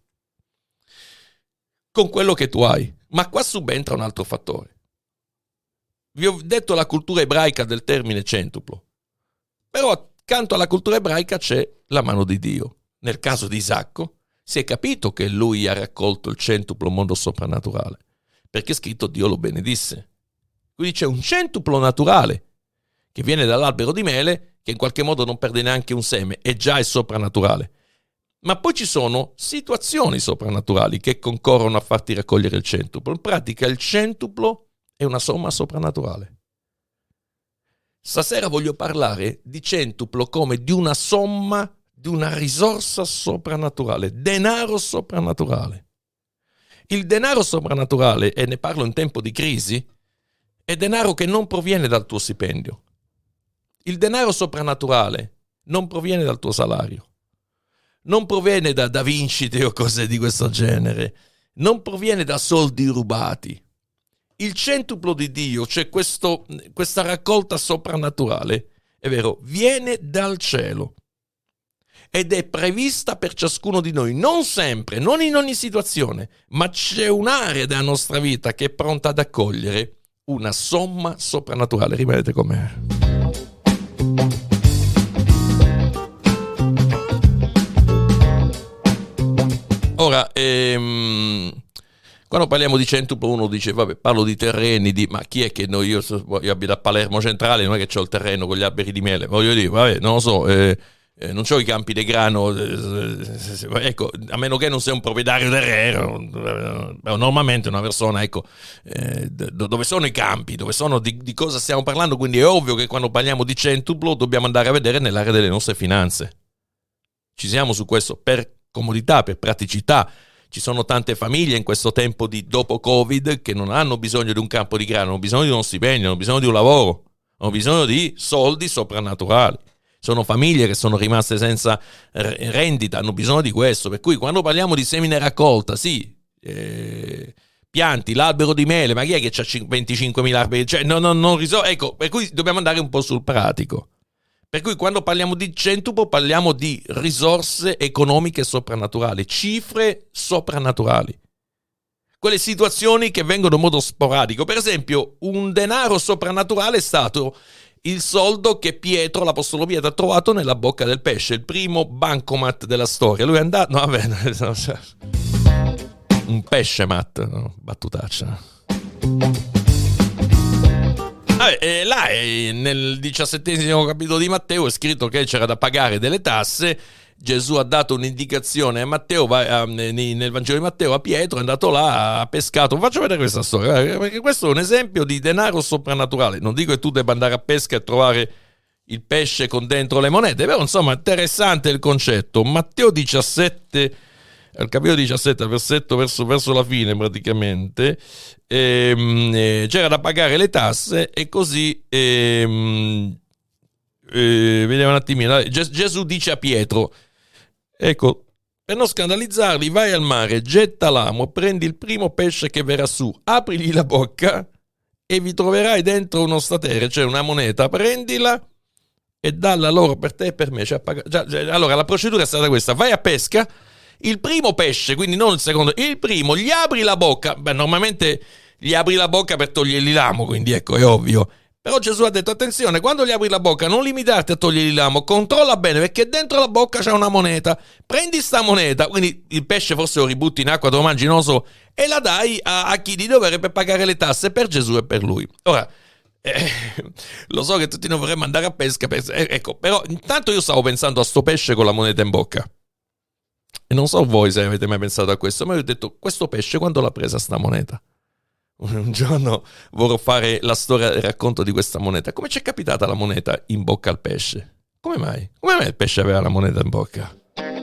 con quello che tu hai. Ma qua subentra un altro fattore. Vi ho detto la cultura ebraica del termine centuplo. Però accanto alla cultura ebraica c'è la mano di Dio. Nel caso di Isacco si è capito che lui ha raccolto il centuplo mondo soprannaturale, perché è scritto Dio lo benedisse. Quindi c'è un centuplo naturale che viene dall'albero di mele, che in qualche modo non perde neanche un seme, e già è soprannaturale. Ma poi ci sono situazioni soprannaturali che concorrono a farti raccogliere il centuplo. In pratica il centuplo è una somma soprannaturale. Stasera voglio parlare di centuplo come di una somma, di una risorsa soprannaturale, denaro soprannaturale. Il denaro soprannaturale, e ne parlo in tempo di crisi, è denaro che non proviene dal tuo stipendio. Il denaro soprannaturale non proviene dal tuo salario, non proviene da vincite o cose di questo genere, non proviene da soldi rubati. Il centuplo di Dio, cioè questa raccolta soprannaturale, è vero, viene dal cielo ed è prevista per ciascuno di noi, non sempre, non in ogni situazione, ma c'è un'area della nostra vita che è pronta ad accogliere una somma soprannaturale. Rimanete con me. Ora, quando parliamo di centuplo uno dice, vabbè, parlo di terreni, ma chi è che io abito a Palermo Centrale, non è che c'ho il terreno con gli alberi di mele, voglio dire, vabbè, non lo so, non c'ho i campi di grano, ecco, a meno che non sei un proprietario terreno, normalmente una persona, ecco, dove sono i campi, dove sono, di cosa stiamo parlando, quindi è ovvio che quando parliamo di centuplo dobbiamo andare a vedere nell'area delle nostre finanze. Ci siamo su questo, per comodità, per praticità. Ci sono tante famiglie in questo tempo di dopo Covid che non hanno bisogno di un campo di grano, hanno bisogno di uno stipendio, hanno bisogno di un lavoro, hanno bisogno di soldi soprannaturali. Sono famiglie che sono rimaste senza rendita, hanno bisogno di questo. Per cui quando parliamo di semine raccolta, sì, pianti l'albero di mele, ma chi è che c'ha 25.000 alberi? Cioè, ecco, per cui dobbiamo andare un po' sul pratico. Per cui quando parliamo di centuplo parliamo di risorse economiche soprannaturali, cifre soprannaturali. Quelle situazioni che vengono in modo sporadico. Per esempio, un denaro soprannaturale è stato il soldo che Pietro, l'apostolo Pietro, ha trovato nella bocca del pesce, il primo bancomat della storia. Lui è andato... No, vabbè, un pesce mat, no? Battutaccia. Là nel 17° capitolo di Matteo è scritto che c'era da pagare delle tasse. Gesù ha dato un'indicazione a Matteo, nel Vangelo di Matteo, a Pietro, è andato là, ha pescato. Faccio vedere questa storia, perché questo è un esempio di denaro soprannaturale. Non dico che tu debba andare a pesca e trovare il pesce con dentro le monete, però insomma interessante il concetto. Matteo 17, al capitolo 17, al versetto verso la fine praticamente, c'era da pagare le tasse e così vediamo un attimino. Gesù dice a Pietro, ecco, per non scandalizzarli vai al mare, getta l'amo, prendi il primo pesce che verrà su, aprigli la bocca e vi troverai dentro uno statere, cioè una moneta, prendila e dalla loro per te e per me. Allora la procedura è stata questa: vai a pesca, il primo pesce, quindi non il secondo, il primo, gli apri la bocca. Beh, normalmente gli apri la bocca per togliergli l'amo, quindi ecco, è ovvio. Però Gesù ha detto, attenzione, quando gli apri la bocca non limitarti a togliergli il ramo, controlla bene perché dentro la bocca c'è una moneta, prendi sta moneta, quindi il pesce forse lo ributti in acqua, te lo mangi, non lo so, e la dai a chi di dovere per pagare le tasse per Gesù e per lui. Ora, lo so che tutti non vorremmo andare a pesca, ecco, però intanto io stavo pensando a sto pesce con la moneta in bocca. E non so voi se avete mai pensato a questo, ma io ho detto, questo pesce quando l'ha presa sta moneta? Un giorno vorrò fare la storia del racconto di questa moneta. Come ci è capitata la moneta in bocca al pesce? Come mai? Come mai il pesce aveva la moneta in bocca?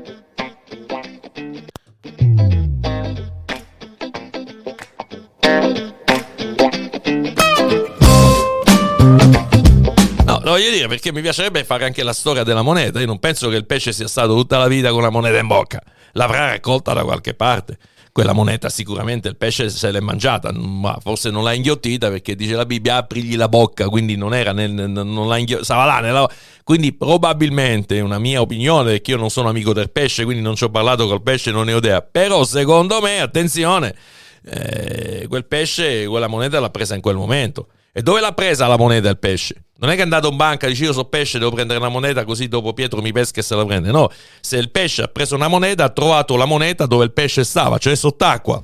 No, lo voglio dire perché mi piacerebbe fare anche la storia della moneta. Io non penso che il pesce sia stato tutta la vita con la moneta in bocca. L'avrà raccolta da qualche parte. Quella moneta sicuramente il pesce se l'è mangiata, ma forse non l'ha inghiottita perché dice la Bibbia aprigli la bocca, quindi non era non l'ha stava là quindi probabilmente è una mia opinione perché io non sono amico del pesce, quindi non ci ho parlato col pesce, non ne ho idea, però secondo me, attenzione, quel pesce, quella moneta l'ha presa in quel momento. E dove l'ha presa la moneta il pesce? Non è che è andato in banca e dice io so pesce, devo prendere una moneta così dopo Pietro mi pesca e se la prende. No, se il pesce ha preso una moneta ha trovato la moneta dove il pesce stava, cioè sott'acqua.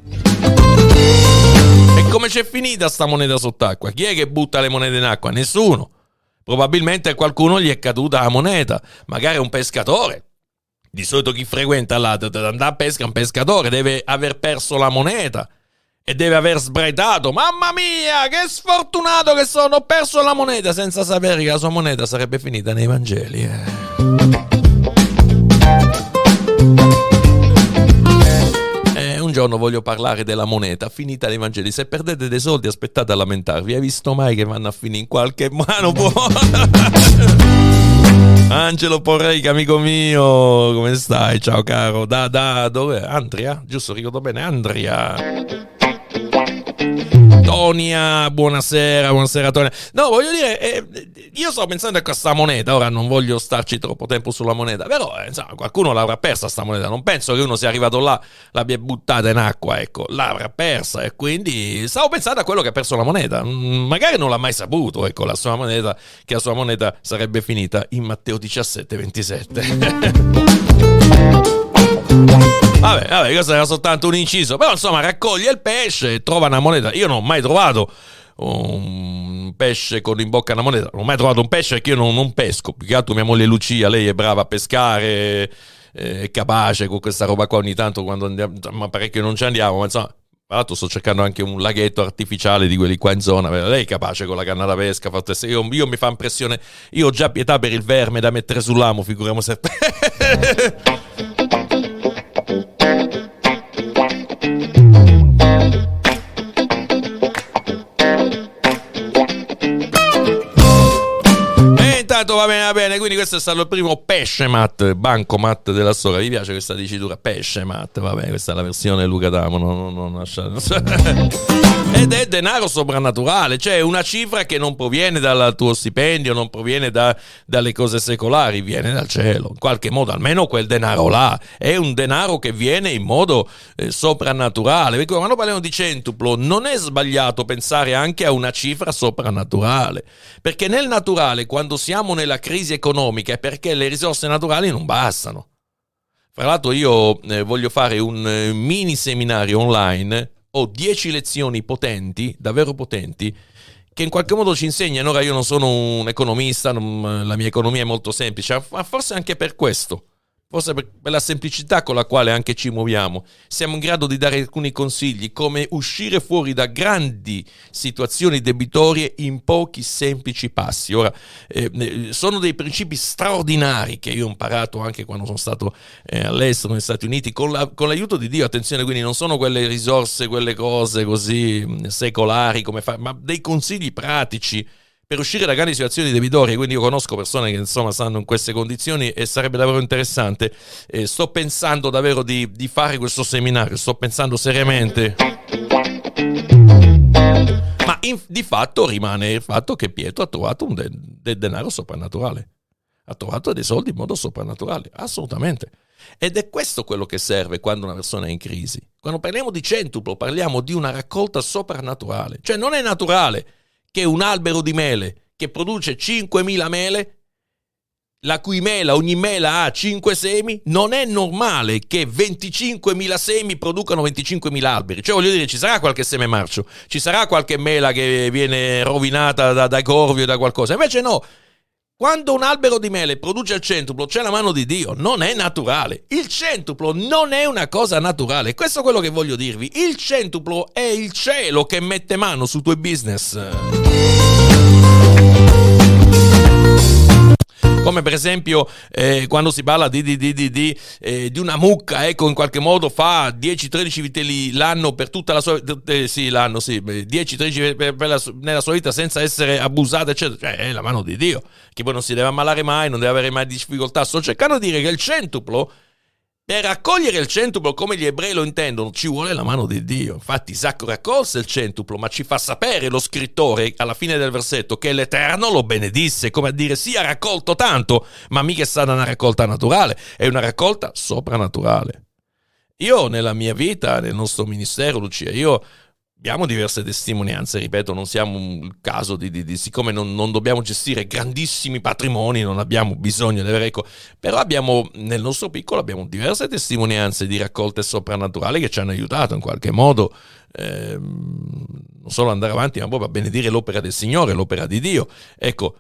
E come c'è finita sta moneta sott'acqua? Chi è che butta le monete in acqua? Nessuno. Probabilmente a qualcuno gli è caduta la moneta, magari un pescatore. Di solito chi frequenta là, andare a pesca, un pescatore deve aver perso la moneta. E deve aver sbraitato, mamma mia, che sfortunato che sono, ho perso la moneta, senza sapere che la sua moneta sarebbe finita nei Vangeli. Un giorno voglio parlare della moneta finita nei Vangeli. Se perdete dei soldi aspettate a lamentarvi. Hai visto mai che vanno a finire in qualche mano buona? Angelo Porreica, amico mio, come stai? Ciao caro, da dove? Andria? Giusto, ricordo bene, Andria. Tonia, buonasera Tonia. No, voglio dire, io sto pensando a questa moneta, ora non voglio starci troppo tempo sulla moneta, però insomma, qualcuno l'avrà persa sta moneta, non penso che uno sia arrivato là, l'abbia buttata in acqua, ecco, l'avrà persa e quindi stavo pensando a quello che ha perso la moneta, magari non l'ha mai saputo, ecco, la sua moneta, che la sua moneta sarebbe finita in Matteo 17:27. Vabbè, questo era soltanto un inciso, però insomma raccoglie il pesce e trova una moneta. Io non ho mai trovato un pesce con in bocca una moneta, non ho mai trovato un pesce perché io non pesco, più che altro mia moglie Lucia, lei è brava a pescare, è capace con questa roba qua ogni tanto quando andiamo, ma parecchio non ci andiamo, ma insomma, tra l'altro sto cercando anche un laghetto artificiale di quelli qua in zona, lei è capace con la canna da pesca, io mi fa impressione, io ho già pietà per il verme da mettere sull'amo, figuriamo se... Va bene, quindi questo è stato il primo pescemat, bancomat della storia. Mi piace questa dicitura, pescemat, vabbè, questa è la versione Luca D'Amo, non lasciate. Ed è denaro soprannaturale, cioè una cifra che non proviene dal tuo stipendio, non proviene dalle cose secolari, viene dal cielo, in qualche modo, almeno quel denaro là, è un denaro che viene in modo soprannaturale, perché quando parliamo di centuplo non è sbagliato pensare anche a una cifra soprannaturale, perché nel naturale, quando siamo nella crisi economica, è perché le risorse naturali non bastano. Fra l'altro io voglio fare un mini seminario online, ho 10 lezioni potenti, davvero potenti, che in qualche modo ci insegnano. Ora io non sono un economista, la mia economia è molto semplice, ma forse anche per questo, forse per la semplicità con la quale anche ci muoviamo, siamo in grado di dare alcuni consigli, come uscire fuori da grandi situazioni debitorie in pochi semplici passi. Ora, sono dei principi straordinari che io ho imparato anche quando sono stato all'estero, negli Stati Uniti, con l'aiuto di Dio, attenzione, quindi non sono quelle risorse, quelle cose così secolari, ma dei consigli pratici, per uscire da grandi situazioni debitorie. Quindi io conosco persone che insomma stanno in queste condizioni e sarebbe davvero interessante. Sto pensando davvero di fare questo seminario, sto pensando seriamente, ma di fatto rimane il fatto che Pietro ha trovato del denaro soprannaturale, ha trovato dei soldi in modo soprannaturale, assolutamente. Ed è questo quello che serve quando una persona è in crisi. Quando parliamo di centuplo parliamo di una raccolta soprannaturale, cioè non è naturale che un albero di mele che produce 5.000 mele, la cui mela, ogni mela ha 5 semi, non è normale che 25.000 semi producano 25.000 alberi. Cioè, voglio dire, ci sarà qualche seme marcio, ci sarà qualche mela che viene rovinata dai corvi o da qualcosa. Invece no, quando un albero di mele produce il centuplo, c'è la mano di Dio, non è naturale. Il centuplo non è una cosa naturale, questo è quello che voglio dirvi. Il centuplo è il cielo che mette mano sui tuoi business. Come per esempio quando si parla di una mucca, ecco, in qualche modo fa 10-13 vitelli l'anno per tutta la sua 10-13 nella sua vita senza essere abusata, eccetera. Cioè, è la mano di Dio, che poi non si deve ammalare mai, non deve avere mai difficoltà. Sto cercando di dire che il centuplo, per raccogliere il centuplo come gli ebrei lo intendono, ci vuole la mano di Dio. Infatti Isacco raccolse il centuplo, ma ci fa sapere lo scrittore alla fine del versetto che l'Eterno lo benedisse, come a dire: sì, ha raccolto tanto, ma mica è stata una raccolta naturale, è una raccolta soprannaturale. Io nella mia vita, nel nostro ministero, Lucia, abbiamo diverse testimonianze, ripeto, non siamo un caso siccome non dobbiamo gestire grandissimi patrimoni, non abbiamo bisogno di avere, però nel nostro piccolo abbiamo diverse testimonianze di raccolte soprannaturali che ci hanno aiutato in qualche modo, non solo andare avanti, ma proprio a benedire l'opera del Signore, l'opera di Dio. Ecco,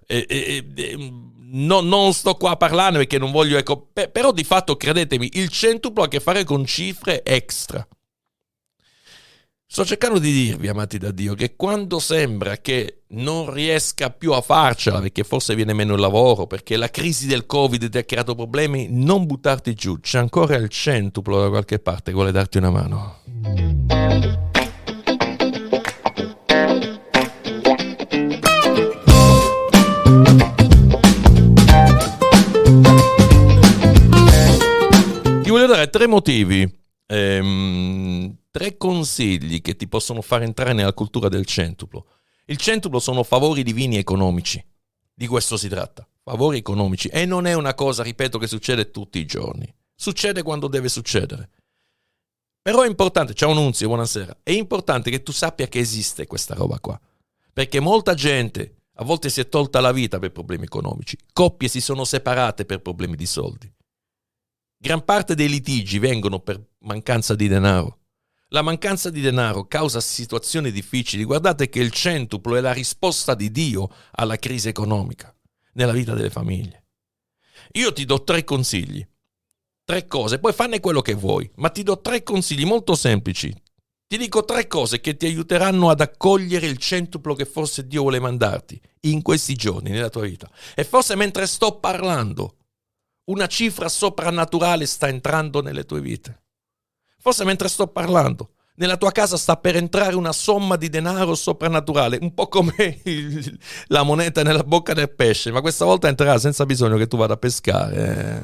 non sto qua a parlarne perché non voglio, però di fatto, credetemi, il centuplo ha a che fare con cifre extra. Sto cercando di dirvi, amati da Dio, che quando sembra che non riesca più a farcela, perché forse viene meno il lavoro, perché la crisi del Covid ti ha creato problemi, non buttarti giù, c'è ancora il centuplo da qualche parte che vuole darti una mano. Ti voglio dare 3 motivi. 3 consigli che ti possono far entrare nella cultura del centuplo. Il centuplo sono favori divini economici, di questo si tratta, favori economici, e non è una cosa, ripeto, che succede tutti i giorni, succede quando deve succedere. Però è importante, ciao Nunzio, buonasera, è importante che tu sappia che esiste questa roba qua, perché molta gente a volte si è tolta la vita per problemi economici, coppie si sono separate per problemi di soldi. Gran parte dei litigi vengono per mancanza di denaro. La mancanza di denaro causa situazioni difficili. Guardate che il centuplo è la risposta di Dio alla crisi economica nella vita delle famiglie. Io ti do 3 consigli, 3 cose, poi fanne quello che vuoi, ma ti do 3 consigli molto semplici. Ti dico 3 cose che ti aiuteranno ad accogliere il centuplo che forse Dio vuole mandarti in questi giorni nella tua vita. E forse mentre sto parlando, una cifra soprannaturale sta entrando nelle tue vite. Forse mentre sto parlando, nella tua casa sta per entrare una somma di denaro soprannaturale, un po' come la moneta nella bocca del pesce, ma questa volta entrerà senza bisogno che tu vada a pescare.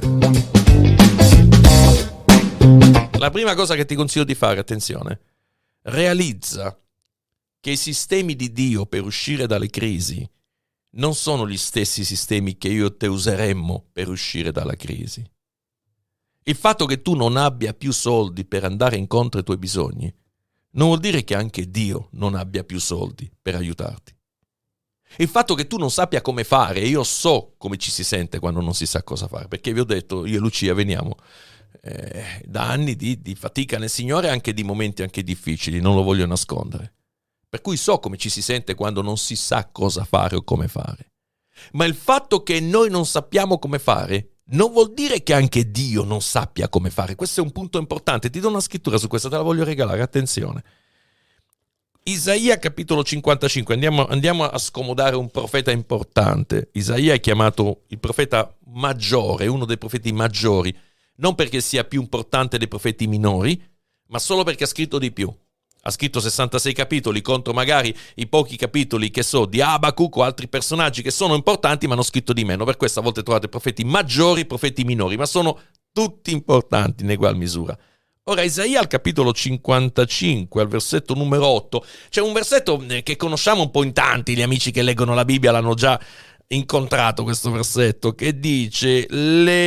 La prima cosa che ti consiglio di fare, attenzione, realizza che i sistemi di Dio per uscire dalle crisi non sono gli stessi sistemi che io e te useremmo per uscire dalla crisi. Il fatto che tu non abbia più soldi per andare incontro ai tuoi bisogni non vuol dire che anche Dio non abbia più soldi per aiutarti. Il fatto che tu non sappia come fare, e io so come ci si sente quando non si sa cosa fare, perché vi ho detto, io e Lucia veniamo da anni di fatica nel Signore, anche di momenti anche difficili, non lo voglio nascondere. Per cui so come ci si sente quando non si sa cosa fare o come fare. Ma il fatto che noi non sappiamo come fare non vuol dire che anche Dio non sappia come fare. Questo è un punto importante. Ti do una scrittura su questa, te la voglio regalare, attenzione. Isaia capitolo 55, andiamo a scomodare un profeta importante. Isaia è chiamato il profeta maggiore, uno dei profeti maggiori, non perché sia più importante dei profeti minori, ma solo perché ha scritto di più. Ha scritto 66 capitoli contro magari i pochi capitoli che so di Abacuc o altri personaggi che sono importanti ma hanno scritto di meno. Per questo a volte trovate profeti maggiori, profeti minori, ma sono tutti importanti in egual misura. Ora Isaia al capitolo 55, al versetto numero 8, c'è un versetto che conosciamo un po' in tanti, gli amici che leggono la Bibbia l'hanno già incontrato questo versetto, che dice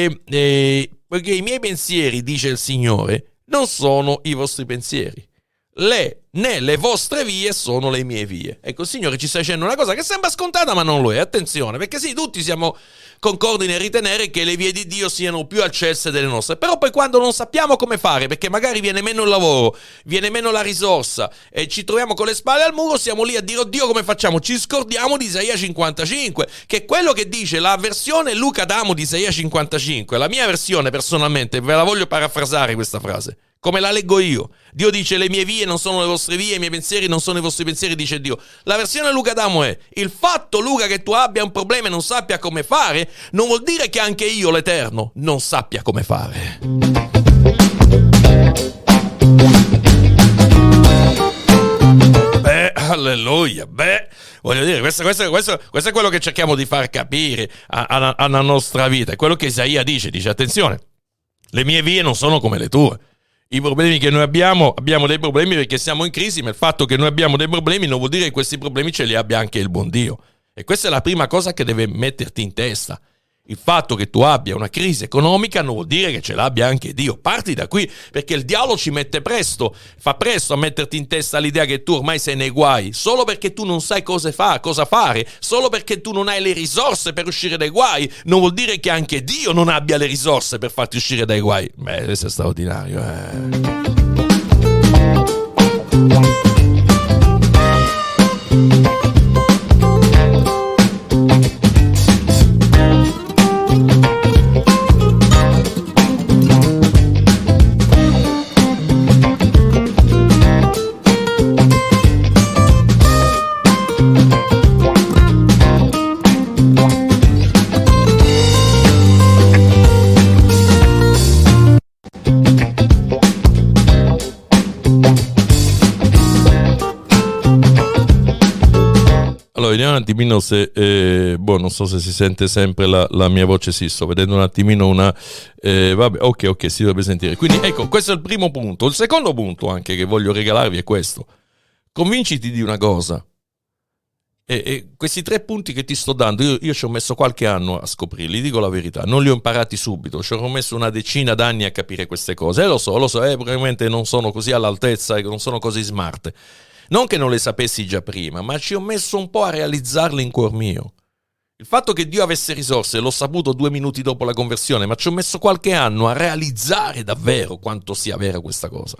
perché i miei pensieri, dice il Signore, non sono i vostri pensieri. né le vostre vie sono le mie vie. Ecco, Signore ci sta dicendo una cosa che sembra scontata ma non lo è, attenzione, perché sì, tutti siamo concordi nel ritenere che le vie di Dio siano più accesse delle nostre, però poi quando non sappiamo come fare, perché magari viene meno il lavoro, viene meno la risorsa e ci troviamo con le spalle al muro, siamo lì a dire: oddio, come facciamo? Ci scordiamo di Isaia 55, che è quello che dice la versione Luca D'Amo di Isaia 55. La mia versione, personalmente, ve la voglio parafrasare questa frase come la leggo io. Dio dice: le mie vie non sono le vostre vie, i miei pensieri non sono i vostri pensieri, dice Dio. La versione Luca D'Amo è: il fatto, Luca, che tu abbia un problema e non sappia come fare non vuol dire che anche io, l'Eterno, non sappia come fare. Alleluia, voglio dire, questo è quello che cerchiamo di far capire alla nostra vita. È quello che Isaia dice: attenzione, le mie vie non sono come le tue. I problemi che noi abbiamo dei problemi perché siamo in crisi, ma il fatto che noi abbiamo dei problemi non vuol dire che questi problemi ce li abbia anche il buon Dio. E questa è la prima cosa che deve metterti in testa. Il fatto che tu abbia una crisi economica non vuol dire che ce l'abbia anche Dio. Parti da qui, perché il diavolo fa presto a metterti in testa l'idea che tu ormai sei nei guai, solo perché tu non sai cosa fare, solo perché tu non hai le risorse per uscire dai guai, non vuol dire che anche Dio non abbia le risorse per farti uscire dai guai. Questo è straordinario, Vediamo un attimino se non so se si sente sempre la mia voce. Sì, sto vedendo un attimino una vabbè, ok, si dovrebbe sentire. Quindi ecco, questo è il primo punto. Il secondo punto anche che voglio regalarvi è questo: convinciti di una cosa. E questi 3 punti che ti sto dando, io ci ho messo qualche anno a scoprirli, dico la verità, non li ho imparati subito, ci ho messo una decina d'anni a capire queste cose, lo so, probabilmente non sono così all'altezza, non sono così smart. Non che non le sapessi già prima, ma ci ho messo un po' a realizzarle in cuor mio. Il fatto che Dio avesse risorse l'ho saputo 2 minuti dopo la conversione, ma ci ho messo qualche anno a realizzare davvero quanto sia vera questa cosa.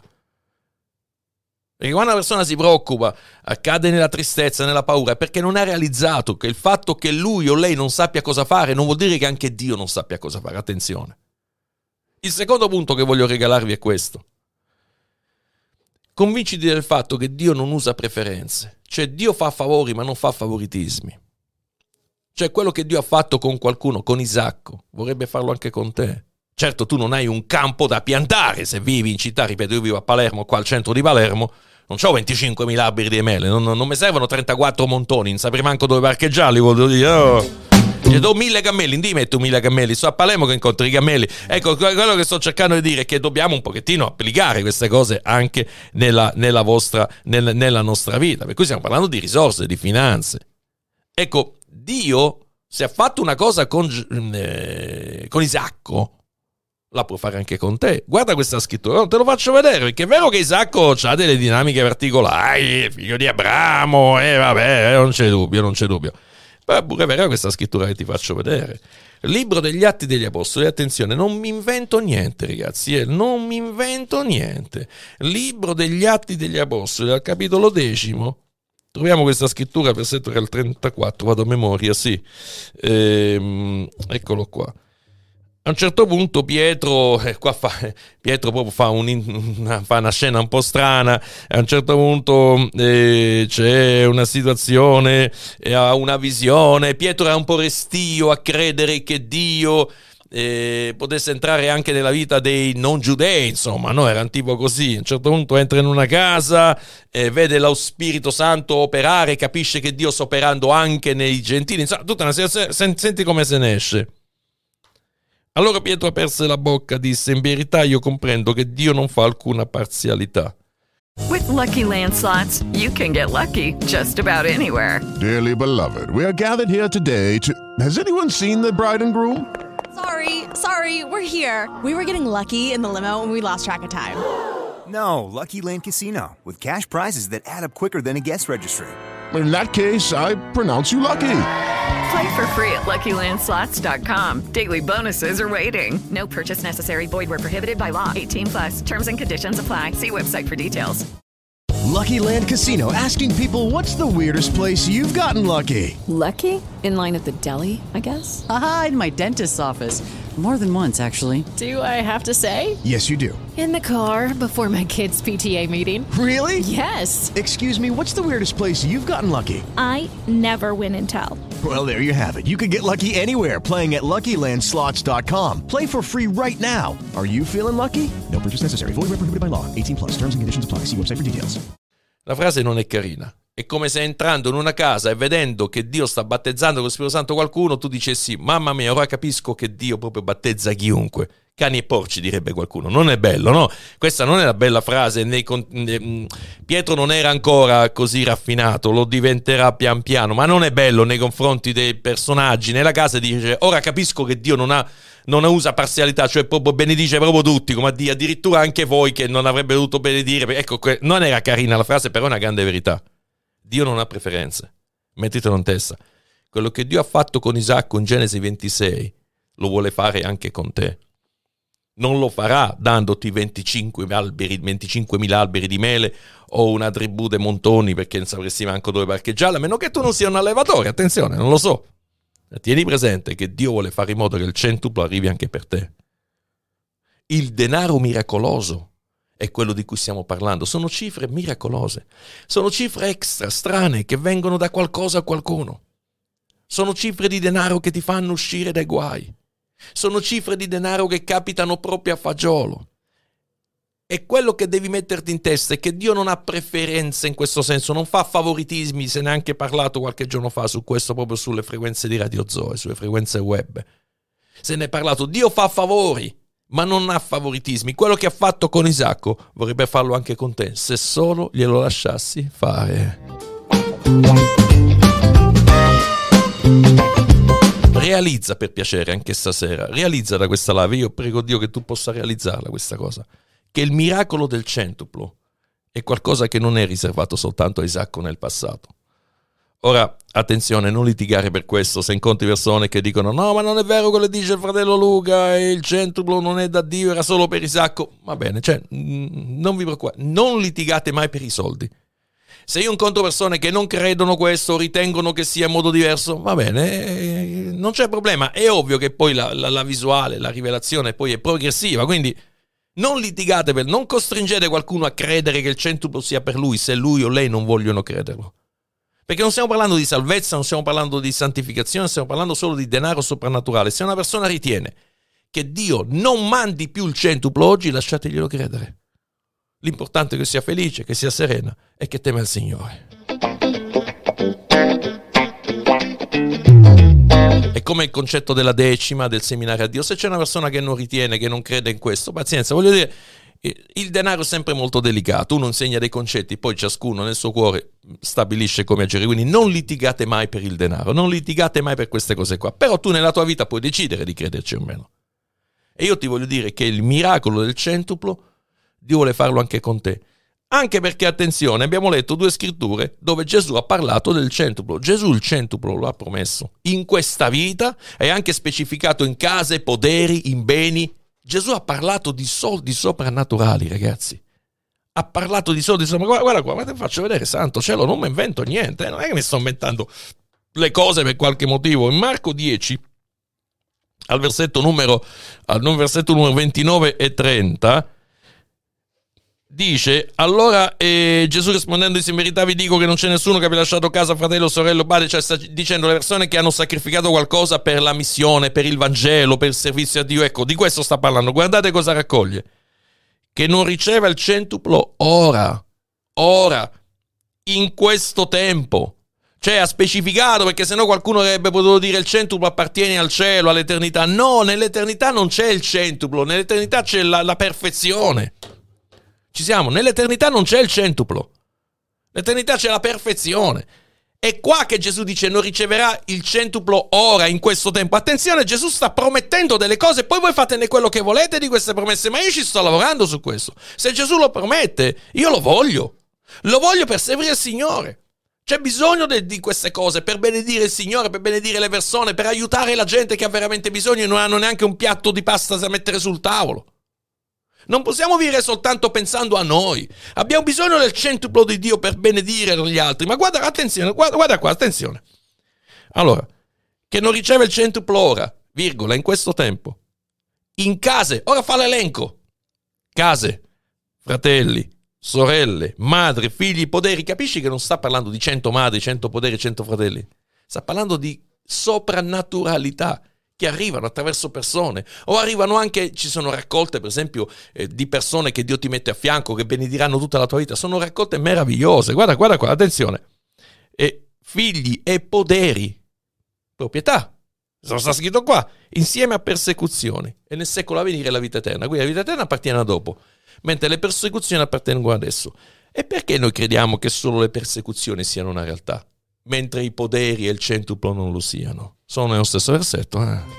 Perché quando una persona si preoccupa, cade nella tristezza, nella paura, è perché non ha realizzato che il fatto che lui o lei non sappia cosa fare non vuol dire che anche Dio non sappia cosa fare. Attenzione. Il secondo punto che voglio regalarvi è questo. Convinciti del fatto che Dio non usa preferenze, cioè Dio fa favori ma non fa favoritismi. Cioè quello che Dio ha fatto con qualcuno, con Isacco, vorrebbe farlo anche con te. Certo, tu non hai un campo da piantare se vivi in città, ripeto, io vivo a Palermo, qua al centro di Palermo, non c'ho 25.000 alberi di mele, non mi servono 34 montoni, non saprei manco dove parcheggiarli, voglio dire, Gli do 1000 cammelli, non ti metto 1000 cammelli, sto a Palermo che incontri i cammelli. Ecco, quello che sto cercando di dire è che dobbiamo un pochettino applicare queste cose anche nella nostra vita, per cui stiamo parlando di risorse, di finanze. Ecco, Dio, se ha fatto una cosa con Isacco, la può fare anche con te. Guarda questa scrittura, te lo faccio vedere, perché è vero che Isacco ha delle dinamiche particolari, figlio di Abramo, non c'è dubbio. Però è pure vera questa scrittura che ti faccio vedere. Libro degli Atti degli Apostoli, attenzione, non mi invento niente, ragazzi, non mi invento niente. Libro degli Atti degli Apostoli, al capitolo 10, troviamo questa scrittura, versetto che è il 34, vado a memoria, sì. Eccolo qua. A un certo punto Pietro proprio fa una scena un po' strana. A un certo punto c'è una situazione, ha una visione. Pietro è un po' restio a credere che Dio potesse entrare anche nella vita dei non giudei, insomma, no? Era un tipo così. A un certo punto entra in una casa, vede lo Spirito Santo operare, capisce che Dio sta operando anche nei gentili, insomma, tutta una situazione. Senti come se ne esce. Allora Pietro aperse la bocca, disse: in verità io comprendo che Dio non fa alcuna parzialità. With Lucky Land Slots, you can get lucky just about anywhere. Dearly beloved, we are gathered here today to... Has anyone seen the bride and groom? Sorry, we're here. We were getting lucky in the limo and we lost track of time. No, Lucky Land Casino, with cash prizes that add up quicker than a guest registry. In that case, I pronounce you lucky. Play for free at LuckyLandSlots.com. Daily bonuses are waiting. No purchase necessary. Void where prohibited by law. 18+. Terms and conditions apply. See website for details. Lucky Land Casino, asking people, what's the weirdest place you've gotten lucky? Lucky? In line at the deli, I guess? Aha, in my dentist's office. More than once, actually. Do I have to say? Yes, you do. In the car before my kids' PTA meeting. Really? Yes. Excuse me, what's the weirdest place you've gotten lucky? I never win and tell. Well, there you have it. You can get lucky anywhere, playing at LuckyLandSlots.com. Play for free right now. Are you feeling lucky? No purchase necessary. Void where prohibited by law. 18+. Terms and conditions apply. See website for details. La frase non è carina. È come se entrando in una casa e vedendo che Dio sta battezzando con lo Spirito Santo qualcuno, tu dicessi: mamma mia, ora capisco che Dio proprio battezza chiunque. Cani e porci, direbbe qualcuno. Non è bello, no? Questa non è una bella frase. Pietro non era ancora così raffinato, lo diventerà pian piano, ma non è bello nei confronti dei personaggi. Nella casa dice: ora capisco che Dio non usa parzialità, cioè proprio benedice proprio tutti, come a dire addirittura anche voi che non avrebbe dovuto benedire. Ecco, non era carina la frase, però è una grande verità. Dio non ha preferenze. Mettetelo in testa. Quello che Dio ha fatto con Isacco in Genesi 26 lo vuole fare anche con te. Non lo farà dandoti 25.000 alberi di mele o una tribù dei montoni perché non sapresti manco dove parcheggiarla, a meno che tu non sia un allevatore, attenzione, non lo so. Tieni presente che Dio vuole fare in modo che il centuplo arrivi anche per te. Il denaro miracoloso è quello di cui stiamo parlando. Sono cifre miracolose, sono cifre extra, strane, che vengono da qualcosa a qualcuno. Sono cifre di denaro che ti fanno uscire dai guai. Sono cifre di denaro che capitano proprio a fagiolo. E quello che devi metterti in testa è che Dio non ha preferenze in questo senso, non fa favoritismi. Se ne è anche parlato qualche giorno fa su questo, proprio sulle frequenze di Radio Zoe, sulle frequenze web. Se ne è parlato. Dio fa favori, ma non ha favoritismi. Quello che ha fatto con Isacco vorrebbe farlo anche con te, se solo glielo lasciassi fare. Realizza, per piacere, anche stasera, realizza da questa live, io prego Dio che tu possa realizzarla questa cosa, che il miracolo del centuplo è qualcosa che non è riservato soltanto a Isacco nel passato. Ora, attenzione, non litigare per questo se incontri persone che dicono: no, ma non è vero quello che dice il fratello Luca, e il centuplo non è da Dio, era solo per Isacco. Va bene, cioè, non vi preoccupate, non litigate mai per i soldi. Se io incontro persone che non credono questo, ritengono che sia in modo diverso, va bene, non c'è problema. È ovvio che poi la visuale, la rivelazione poi è progressiva, quindi non litigate, non costringete qualcuno a credere che il centuplo sia per lui se lui o lei non vogliono crederlo. Perché non stiamo parlando di salvezza, non stiamo parlando di santificazione, stiamo parlando solo di denaro soprannaturale. Se una persona ritiene che Dio non mandi più il centuplo oggi, lasciateglielo credere. L'importante è che sia felice, che sia serena e che tema il Signore. È come il concetto della decima, del seminare a Dio. Se c'è una persona che non ritiene, che non crede in questo, pazienza, voglio dire, il denaro è sempre molto delicato. Uno insegna dei concetti, poi ciascuno nel suo cuore stabilisce come agire. Quindi non litigate mai per il denaro, non litigate mai per queste cose qua. Però tu nella tua vita puoi decidere di crederci o meno. E io ti voglio dire che il miracolo del centuplo Dio vuole farlo anche con te. Anche perché, attenzione, abbiamo letto 2 scritture dove Gesù ha parlato del centuplo. Gesù il centuplo lo ha promesso in questa vita, è anche specificato in case, poderi, in beni. Gesù ha parlato di soldi soprannaturali, ragazzi. Ha parlato di soldi soprannaturali. Guarda qua, ma te faccio vedere, santo cielo, non mi invento niente. Non è che mi sto inventando le cose per qualche motivo. In Marco 10, al versetto numero 29 e 30... dice: allora Gesù rispondendo disse: in verità vi dico che non c'è nessuno che abbia lasciato casa, fratello, sorello, padre. Cioè sta dicendo le persone che hanno sacrificato qualcosa per la missione, per il Vangelo, per il servizio a Dio. Ecco, di questo sta parlando. Guardate cosa raccoglie: che non riceva il centuplo ora, in questo tempo. Cioè ha specificato, perché sennò qualcuno avrebbe potuto dire il centuplo appartiene al cielo, all'eternità. No, nell'eternità non c'è il centuplo, nell'eternità c'è la perfezione. Ci siamo? Nell'eternità non c'è il centuplo. L'eternità c'è la perfezione. È qua che Gesù dice non riceverà il centuplo ora, in questo tempo. Attenzione, Gesù sta promettendo delle cose, poi voi fatene quello che volete di queste promesse, ma io ci sto lavorando su questo. Se Gesù lo promette, io lo voglio per servire il Signore. C'è bisogno di queste cose per benedire il Signore, per benedire le persone, per aiutare la gente che ha veramente bisogno e non hanno neanche un piatto di pasta da mettere sul tavolo. Non possiamo vivere soltanto pensando a noi. Abbiamo bisogno del centuplo di Dio per benedire gli altri. Ma guarda, attenzione, guarda qua, attenzione. Allora, che non riceve il centuplo ora, virgola, in questo tempo. In case, ora fa l'elenco. Case, fratelli, sorelle, madri, figli, poderi. Capisci che non sta parlando di 100 madri, 100 poderi, 100 fratelli. Sta parlando di soprannaturalità che arrivano attraverso persone, o arrivano anche, ci sono raccolte per esempio di persone che Dio ti mette a fianco, che benediranno tutta la tua vita, sono raccolte meravigliose, guarda qua, attenzione, figli e poderi, proprietà, sta scritto qua, insieme a persecuzioni, e nel secolo a venire la vita eterna, quindi la vita eterna appartiene a dopo, mentre le persecuzioni appartengono adesso. E perché noi crediamo che solo le persecuzioni siano una realtà, mentre i poderi e il centuplo non lo siano? Sono nello stesso versetto,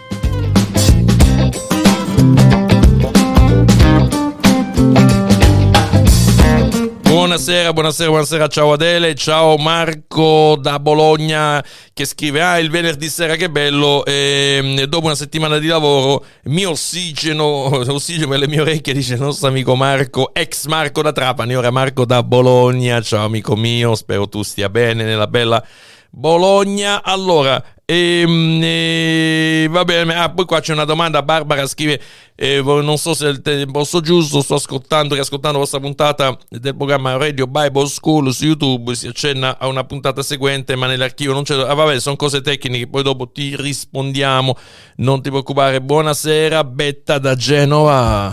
Buonasera, ciao Adele, ciao Marco da Bologna che scrive, il venerdì sera che bello, dopo una settimana di lavoro, mio ossigeno per le mie orecchie, dice il nostro amico Marco, ex Marco da Trapani, ora Marco da Bologna, ciao amico mio, spero tu stia bene nella bella Bologna. Allora, va bene, poi qua c'è una domanda, Barbara scrive, non so se è il tempo giusto, sto riascoltando la vostra puntata del programma Radio Bible School su YouTube, si accenna a una puntata seguente, ma nell'archivio non c'è, vabbè, sono cose tecniche, poi dopo ti rispondiamo, non ti preoccupare. Buonasera, Betta da Genova.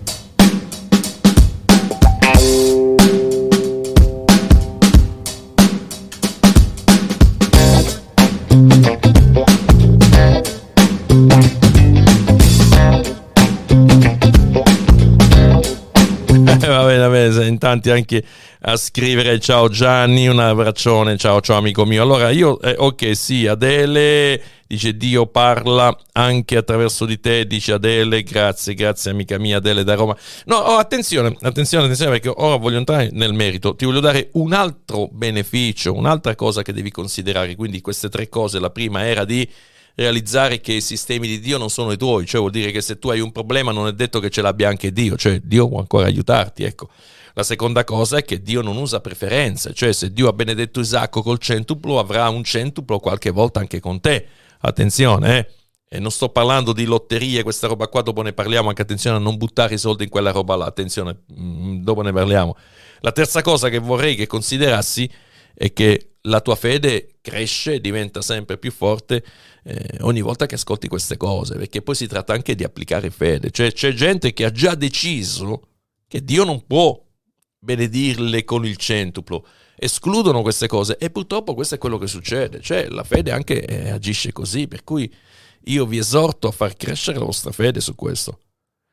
Va bene, in tanti anche a scrivere, ciao Gianni, un abbraccione, ciao amico mio. Allora io, ok, sì, Adele dice Dio parla anche attraverso di te, dice Adele, grazie amica mia Adele da Roma. No, attenzione, perché ora voglio entrare nel merito, ti voglio dare un altro beneficio, un'altra cosa che devi considerare, quindi queste tre cose. La prima era di realizzare che i sistemi di Dio non sono i tuoi, cioè vuol dire che se tu hai un problema non è detto che ce l'abbia anche Dio, cioè Dio può ancora aiutarti, ecco. La seconda cosa è che Dio non usa preferenze, cioè se Dio ha benedetto Isacco col centuplo avrà un centuplo qualche volta anche con te, attenzione, e non sto parlando di lotterie, questa roba qua, dopo ne parliamo, anche attenzione a non buttare i soldi in quella roba là, attenzione, dopo ne parliamo. La terza cosa che vorrei che considerassi è che la tua fede cresce e diventa sempre più forte ogni volta che ascolti queste cose, perché poi si tratta anche di applicare fede, cioè c'è gente che ha già deciso che Dio non può benedirle con il centuplo, escludono queste cose e purtroppo questo è quello che succede, cioè la fede anche agisce così, per cui io vi esorto a far crescere la vostra fede su questo.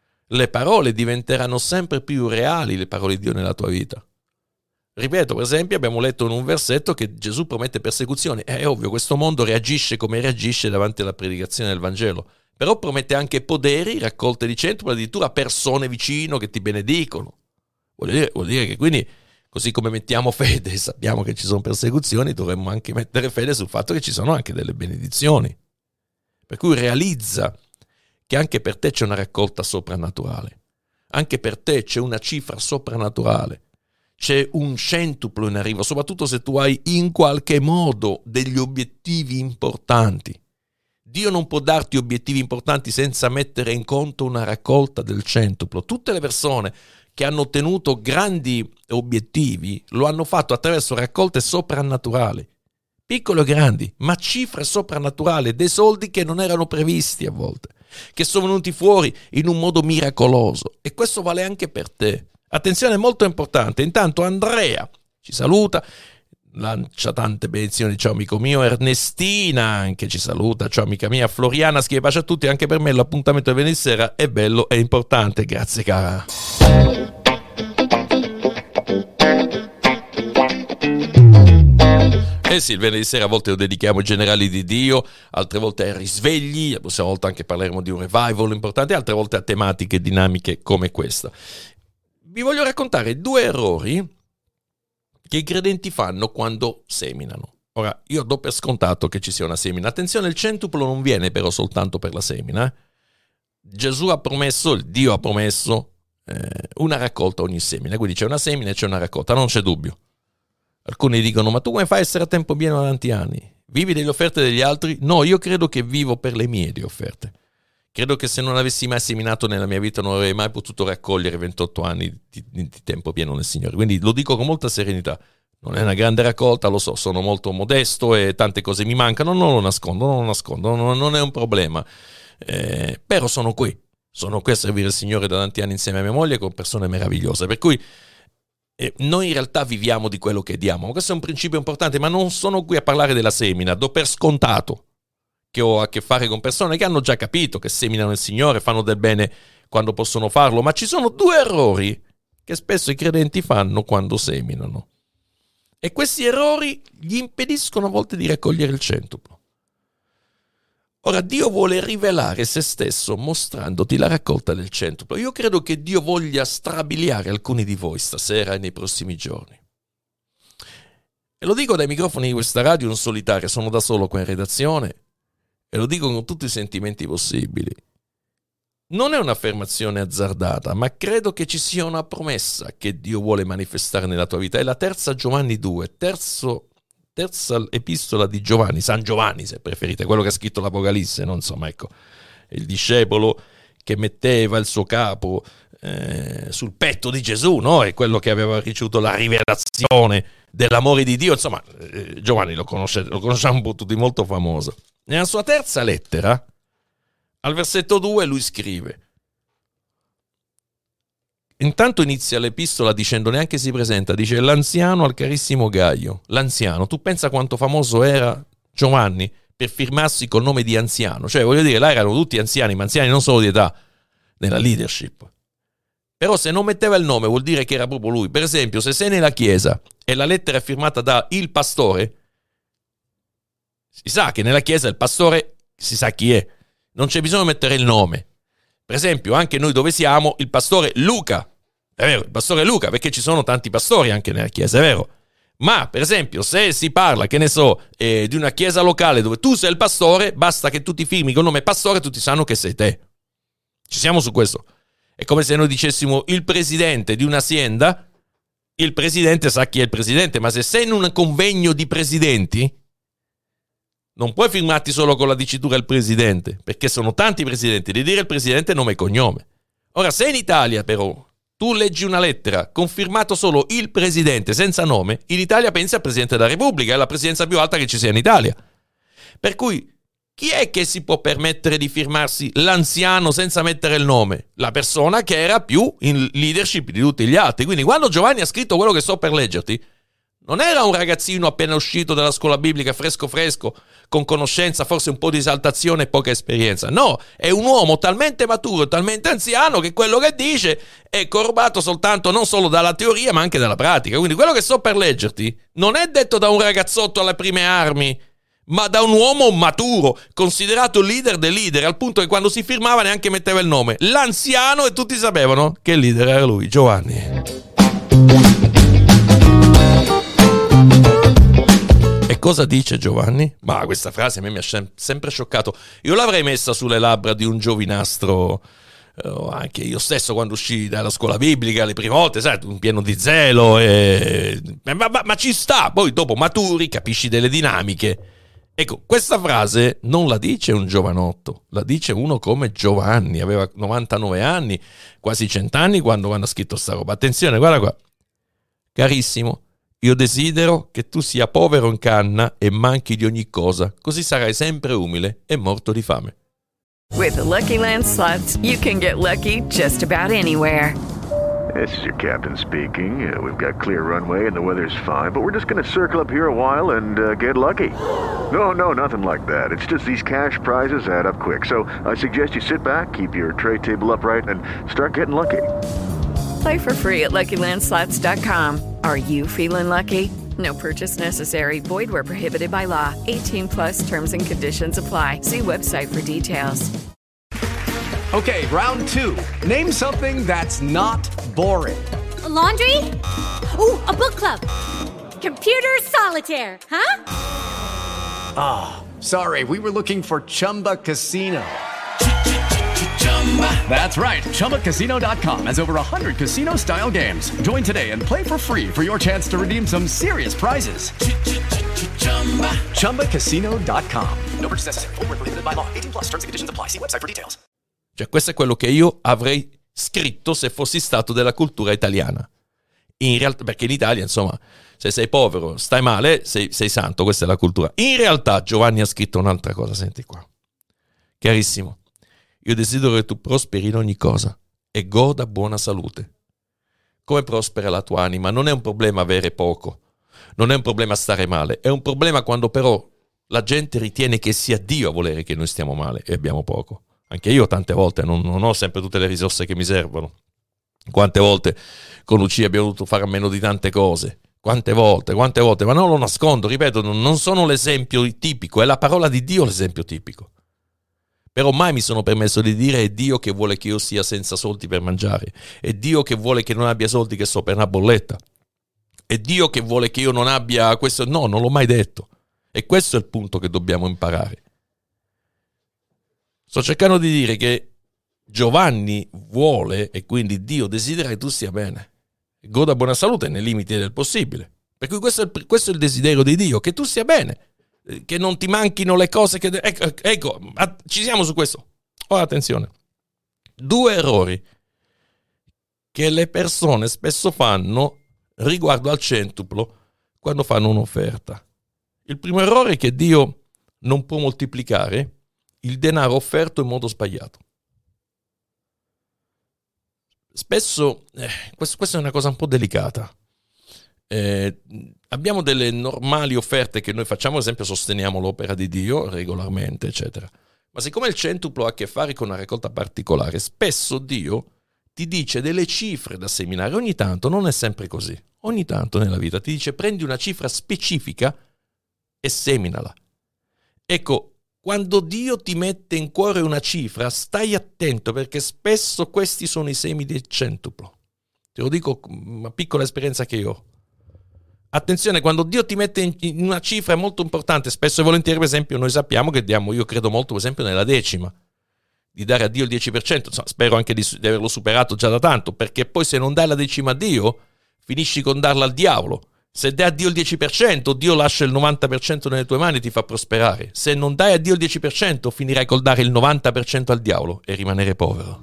Le parole diventeranno sempre più reali, le parole di Dio nella tua vita. Ripeto, per esempio, abbiamo letto in un versetto che Gesù promette persecuzioni. È ovvio, questo mondo reagisce come reagisce davanti alla predicazione del Vangelo, però promette anche poderi, raccolte di centuplo, addirittura persone vicino che ti benedicono. Vuol dire che quindi, così come mettiamo fede e sappiamo che ci sono persecuzioni, dovremmo anche mettere fede sul fatto che ci sono anche delle benedizioni. Per cui realizza che anche per te c'è una raccolta soprannaturale, anche per te c'è una cifra soprannaturale. C'è un centuplo in arrivo, soprattutto se tu hai in qualche modo degli obiettivi importanti. Dio non può darti obiettivi importanti senza mettere in conto una raccolta del centuplo. Tutte le persone che hanno ottenuto grandi obiettivi lo hanno fatto attraverso raccolte soprannaturali, piccole o grandi, ma cifre soprannaturali, dei soldi che non erano previsti a volte, che sono venuti fuori in un modo miracoloso. E questo vale anche per te. Attenzione, è molto importante. Intanto Andrea ci saluta, lancia tante benedizioni, ciao amico mio. Ernestina anche ci saluta, ciao amica mia. Floriana scrive pace a tutti, anche per me l'appuntamento di venerdì sera è bello e importante, grazie cara. Sì, il venerdì sera a volte lo dedichiamo ai generali di Dio, altre volte ai risvegli, la prossima volta anche parleremo di un revival importante, altre volte a tematiche dinamiche come questa. Vi voglio raccontare 2 errori che i credenti fanno quando seminano. Ora, io do per scontato che ci sia una semina. Attenzione, il centuplo non viene però soltanto per la semina. Gesù ha promesso, il Dio ha promesso una raccolta ogni semina. Quindi c'è una semina e c'è una raccolta, non c'è dubbio. Alcuni dicono, ma tu come fai a essere a tempo pieno da tanti anni? Vivi delle offerte degli altri? No, io credo che vivo per le mie di offerte. Credo che se non avessi mai seminato nella mia vita non avrei mai potuto raccogliere 28 anni di tempo pieno nel Signore. Quindi lo dico con molta serenità. Non è una grande raccolta, lo so, sono molto modesto e tante cose mi mancano, non lo nascondo, non è un problema. Però sono qui a servire il Signore da tanti anni insieme a mia moglie con persone meravigliose, per cui noi in realtà viviamo di quello che diamo. Questo è un principio importante, ma non sono qui a parlare della semina. Do per scontato che ho a che fare con persone che hanno già capito che seminano il Signore, fanno del bene quando possono farlo, ma ci sono 2 errori che spesso i credenti fanno quando seminano. E questi errori gli impediscono a volte di raccogliere il centuplo. Ora, Dio vuole rivelare se stesso mostrandoti la raccolta del centuplo. Io credo che Dio voglia strabiliare alcuni di voi stasera e nei prossimi giorni. E lo dico dai microfoni di questa radio in solitaria, sono da solo qua in redazione, e lo dico con tutti i sentimenti possibili. Non è un'affermazione azzardata, ma credo che ci sia una promessa che Dio vuole manifestare nella tua vita. È la terza Giovanni 2, terza epistola di Giovanni, San Giovanni se preferite, quello che ha scritto l'Apocalisse, no? Insomma, ecco, il discepolo che metteva il suo capo sul petto di Gesù, no? È quello che aveva ricevuto la rivelazione dell'amore di Dio. Insomma, Giovanni lo conosciamo un po' tutti, molto famoso. Nella sua terza lettera, al versetto 2, lui scrive: intanto inizia l'epistola dicendo, neanche si presenta, dice: l'anziano al carissimo Gaio. L'anziano, tu pensa quanto famoso era Giovanni per firmarsi col nome di anziano, cioè voglio dire, là erano tutti anziani, ma anziani non solo di età, nella leadership. Però se non metteva il nome vuol dire che era proprio lui. Per esempio, se sei nella chiesa e la lettera è firmata da il pastore, si sa che nella chiesa il pastore si sa chi è, non c'è bisogno di mettere il nome. Per esempio, anche noi dove siamo, il pastore Luca, è vero, il pastore Luca, perché ci sono tanti pastori anche nella chiesa, è vero. Ma, per esempio, se si parla, che ne so, di una chiesa locale dove tu sei il pastore, basta che tu ti firmi col nome pastore, tutti sanno che sei te. Ci siamo su questo. È come se noi dicessimo il presidente di un'azienda, il presidente sa chi è il presidente, ma se sei in un convegno di presidenti, non puoi firmarti solo con la dicitura il presidente, perché sono tanti presidenti, devi dire il presidente nome e cognome. Ora, se in Italia però tu leggi una lettera confermato solo il presidente senza nome, in Italia pensi al Presidente della Repubblica, è la presidenza più alta che ci sia in Italia. Per cui, chi è che si può permettere di firmarsi l'anziano senza mettere il nome? La persona che era più in leadership di tutti gli altri. Quindi quando Giovanni ha scritto quello che sto per leggerti, non era un ragazzino appena uscito dalla scuola biblica, fresco, con conoscenza, forse un po' di esaltazione e poca esperienza. No, è un uomo talmente maturo, talmente anziano che quello che dice è corroborato soltanto non solo dalla teoria ma anche dalla pratica. Quindi quello che sto per leggerti non è detto da un ragazzotto alle prime armi, ma da un uomo maturo, considerato leader dei leader, al punto che quando si firmava neanche metteva il nome. L'anziano, e tutti sapevano che il leader era lui, Giovanni. E cosa dice Giovanni? Ma questa frase a me mi ha sempre scioccato. Io l'avrei messa sulle labbra di un giovinastro, anche io stesso quando uscii dalla scuola biblica le prime volte, sai, pieno di zelo, ma ci sta. Poi dopo maturi, capisci delle dinamiche. Ecco, questa frase non la dice un giovanotto, la dice uno come Giovanni, aveva 99 anni, quasi 100 anni quando ha scritto sta roba. Attenzione, guarda qua. Carissimo, io desidero che tu sia povero in canna e manchi di ogni cosa, così sarai sempre umile e morto di fame. With the Lucky Land Slots, you can get lucky just about anywhere. This is your captain speaking. We've got clear runway and the weather's fine, but we're just going to circle up here a while and get lucky. No, nothing like that. It's just these cash prizes add up quick. So I suggest you sit back, keep your tray table upright, and start getting lucky. Play for free at LuckyLandSlots.com. Are you feeling lucky? No purchase necessary. Void where prohibited by law. 18 plus terms and conditions apply. See website for details. Okay, round 2. Name something that's not boring. A laundry? Ooh, a book club. Computer solitaire, huh? Ah, sorry, we were looking for Chumba Casino. That's right, ChumbaCasino.com has over 100 casino-style games. Join today and play for free for your chance to redeem some serious prizes. ChumbaCasino.com. No purchase necessary. Void where prohibited by law. 18 plus terms and conditions apply. See website for details. Cioè, questo è quello che io avrei scritto se fossi stato della cultura italiana. In realtà, perché in Italia, insomma, se sei povero, stai male, sei santo, questa è la cultura. In realtà Giovanni ha scritto un'altra cosa, senti qua. Chiarissimo. Io desidero che tu prosperi in ogni cosa e goda buona salute. Come prospera la tua anima? Non è un problema avere poco, non è un problema stare male, è un problema quando però la gente ritiene che sia Dio a volere che noi stiamo male e abbiamo poco. Anche io tante volte non ho sempre tutte le risorse che mi servono. Quante volte con Lucia abbiamo dovuto fare a meno di tante cose. Quante volte, ma non lo nascondo, ripeto, non sono l'esempio tipico, è la parola di Dio l'esempio tipico. Però mai mi sono permesso di dire è Dio che vuole che io sia senza soldi per mangiare, è Dio che vuole che non abbia soldi che so per una bolletta, è Dio che vuole che io non abbia questo. No, non l'ho mai detto. E questo è il punto che dobbiamo imparare. Sto cercando di dire che Giovanni vuole, e quindi Dio desidera che tu stia bene, goda buona salute nei limiti del possibile. Per cui questo è il desiderio di Dio, che tu stia bene, che non ti manchino le cose che... Ecco, ci siamo su questo. Ora attenzione. 2 errori che le persone spesso fanno riguardo al centuplo quando fanno un'offerta. Il primo errore è che Dio non può moltiplicare il denaro offerto in modo sbagliato. Spesso, questa è una cosa un po' delicata. Abbiamo delle normali offerte che noi facciamo, ad esempio sosteniamo l'opera di Dio regolarmente, eccetera. Ma siccome il centuplo ha a che fare con una raccolta particolare, spesso Dio ti dice delle cifre da seminare. Ogni tanto, non è sempre così, ogni tanto nella vita ti dice prendi una cifra specifica e seminala. Ecco, quando Dio ti mette in cuore una cifra, stai attento, perché spesso questi sono i semi del centuplo. Te lo dico, una piccola esperienza che io ho. Attenzione, quando Dio ti mette in una cifra molto importante, spesso e volentieri, per esempio, noi sappiamo che diamo, io credo molto, per esempio, nella decima, di dare a Dio il 10%, insomma, spero anche di averlo superato già da tanto, perché poi se non dai la decima a Dio, finisci con darla al diavolo. Se dai a Dio il 10%, Dio lascia il 90% nelle tue mani e ti fa prosperare. Se non dai a Dio il 10%, finirai col dare il 90% al diavolo e rimanere povero.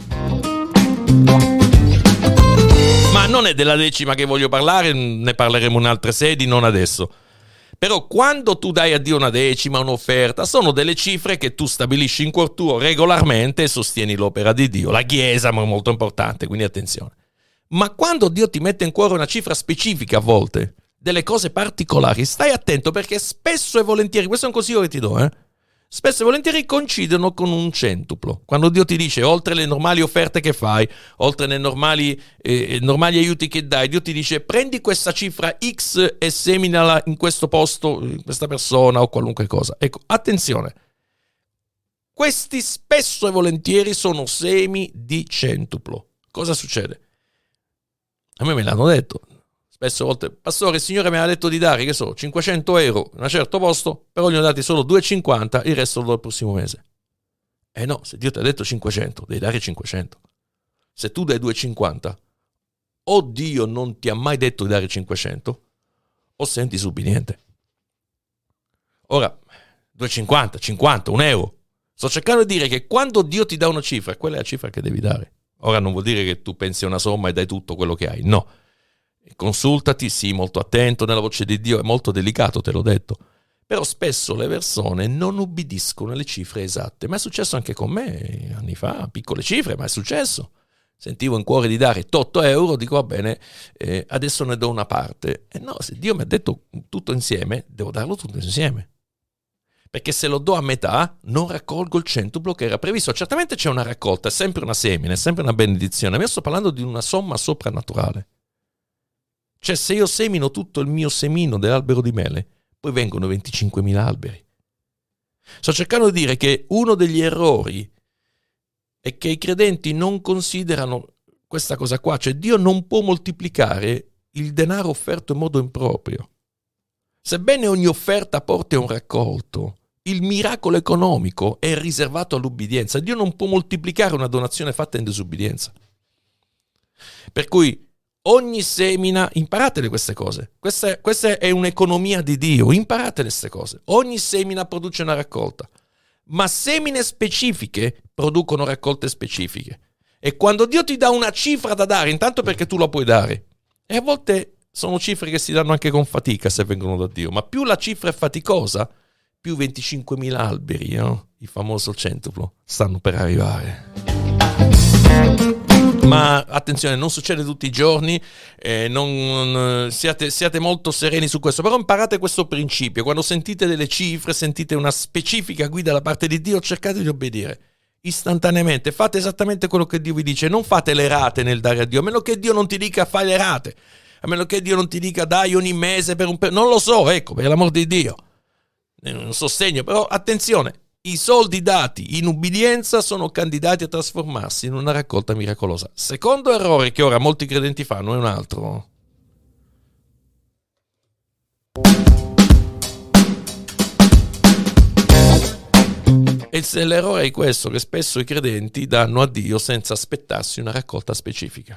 Ma non è della decima che voglio parlare, ne parleremo in altre sedi, non adesso. Però quando tu dai a Dio una decima, un'offerta, sono delle cifre che tu stabilisci in cuor tuo regolarmente e sostieni l'opera di Dio. La Chiesa è molto importante, quindi attenzione. Ma quando Dio ti mette in cuore una cifra specifica a volte, delle cose particolari, stai attento, perché spesso e volentieri, questo è un consiglio che ti do, spesso e volentieri coincidono con un centuplo. Quando Dio ti dice, oltre le normali offerte che fai, oltre le normali aiuti che dai, Dio ti dice prendi questa cifra X e seminala in questo posto, in questa persona o qualunque cosa. Ecco, attenzione, questi spesso e volentieri sono semi di centuplo. Cosa succede? A me l'hanno detto. Spesso volte, pastore, il Signore mi ha detto di dare, che so, 500 euro in un certo posto, però gli ho dati solo 2,50, il resto lo do il prossimo mese. No, se Dio ti ha detto 500, devi dare 500. Se tu dai 2,50, o Dio non ti ha mai detto di dare 500, o senti subbidiente. Ora, 2,50, 50, 1 euro. Sto cercando di dire che quando Dio ti dà una cifra, quella è la cifra che devi dare. Ora non vuol dire che tu pensi a una somma e dai tutto quello che hai, no. Consultati, sii molto attento nella voce di Dio, è molto delicato, te l'ho detto. Però spesso le persone non ubbidiscono alle cifre esatte, ma è successo anche con me anni fa, piccole cifre, ma è successo. Sentivo in cuore di dare 8 euro, dico va bene, adesso ne do una parte. No, se Dio mi ha detto tutto insieme, devo darlo tutto insieme. Perché se lo do a metà, non raccolgo il centuplo che era previsto. Certamente c'è una raccolta, è sempre una semine, è sempre una benedizione, ma io sto parlando di una somma soprannaturale. Cioè, se io semino tutto il mio semino dell'albero di mele, poi vengono 25.000 alberi. Sto cercando di dire che uno degli errori è che i credenti non considerano questa cosa qua, cioè Dio non può moltiplicare il denaro offerto in modo improprio. Sebbene ogni offerta porti a un raccolto, il miracolo economico è riservato all'ubbidienza. Dio non può moltiplicare una donazione fatta in disubbidienza. Per cui ogni semina, imparatele queste cose. Questa è un'economia di Dio, imparatele queste cose. Ogni semina produce una raccolta, ma semine specifiche producono raccolte specifiche. E quando Dio ti dà una cifra da dare, intanto perché tu la puoi dare, e a volte sono cifre che si danno anche con fatica se vengono da Dio, ma più la cifra è faticosa, più 25.000 alberi, no? Il famoso centuplo, stanno per arrivare. Ma attenzione, non succede tutti i giorni, siate molto sereni su questo, però imparate questo principio. Quando sentite delle cifre, sentite una specifica guida da parte di Dio, cercate di obbedire istantaneamente, fate esattamente quello che Dio vi dice, non fate le rate nel dare a Dio, a meno che Dio non ti dica fai le rate, a meno che Dio non ti dica dai ogni mese per non lo so, ecco, per l'amor di Dio, un sostegno, però attenzione, i soldi dati in ubbidienza sono candidati a trasformarsi in una raccolta miracolosa. Secondo errore che ora molti credenti fanno è un altro. E l'errore è questo, che spesso i credenti danno a Dio senza aspettarsi una raccolta specifica.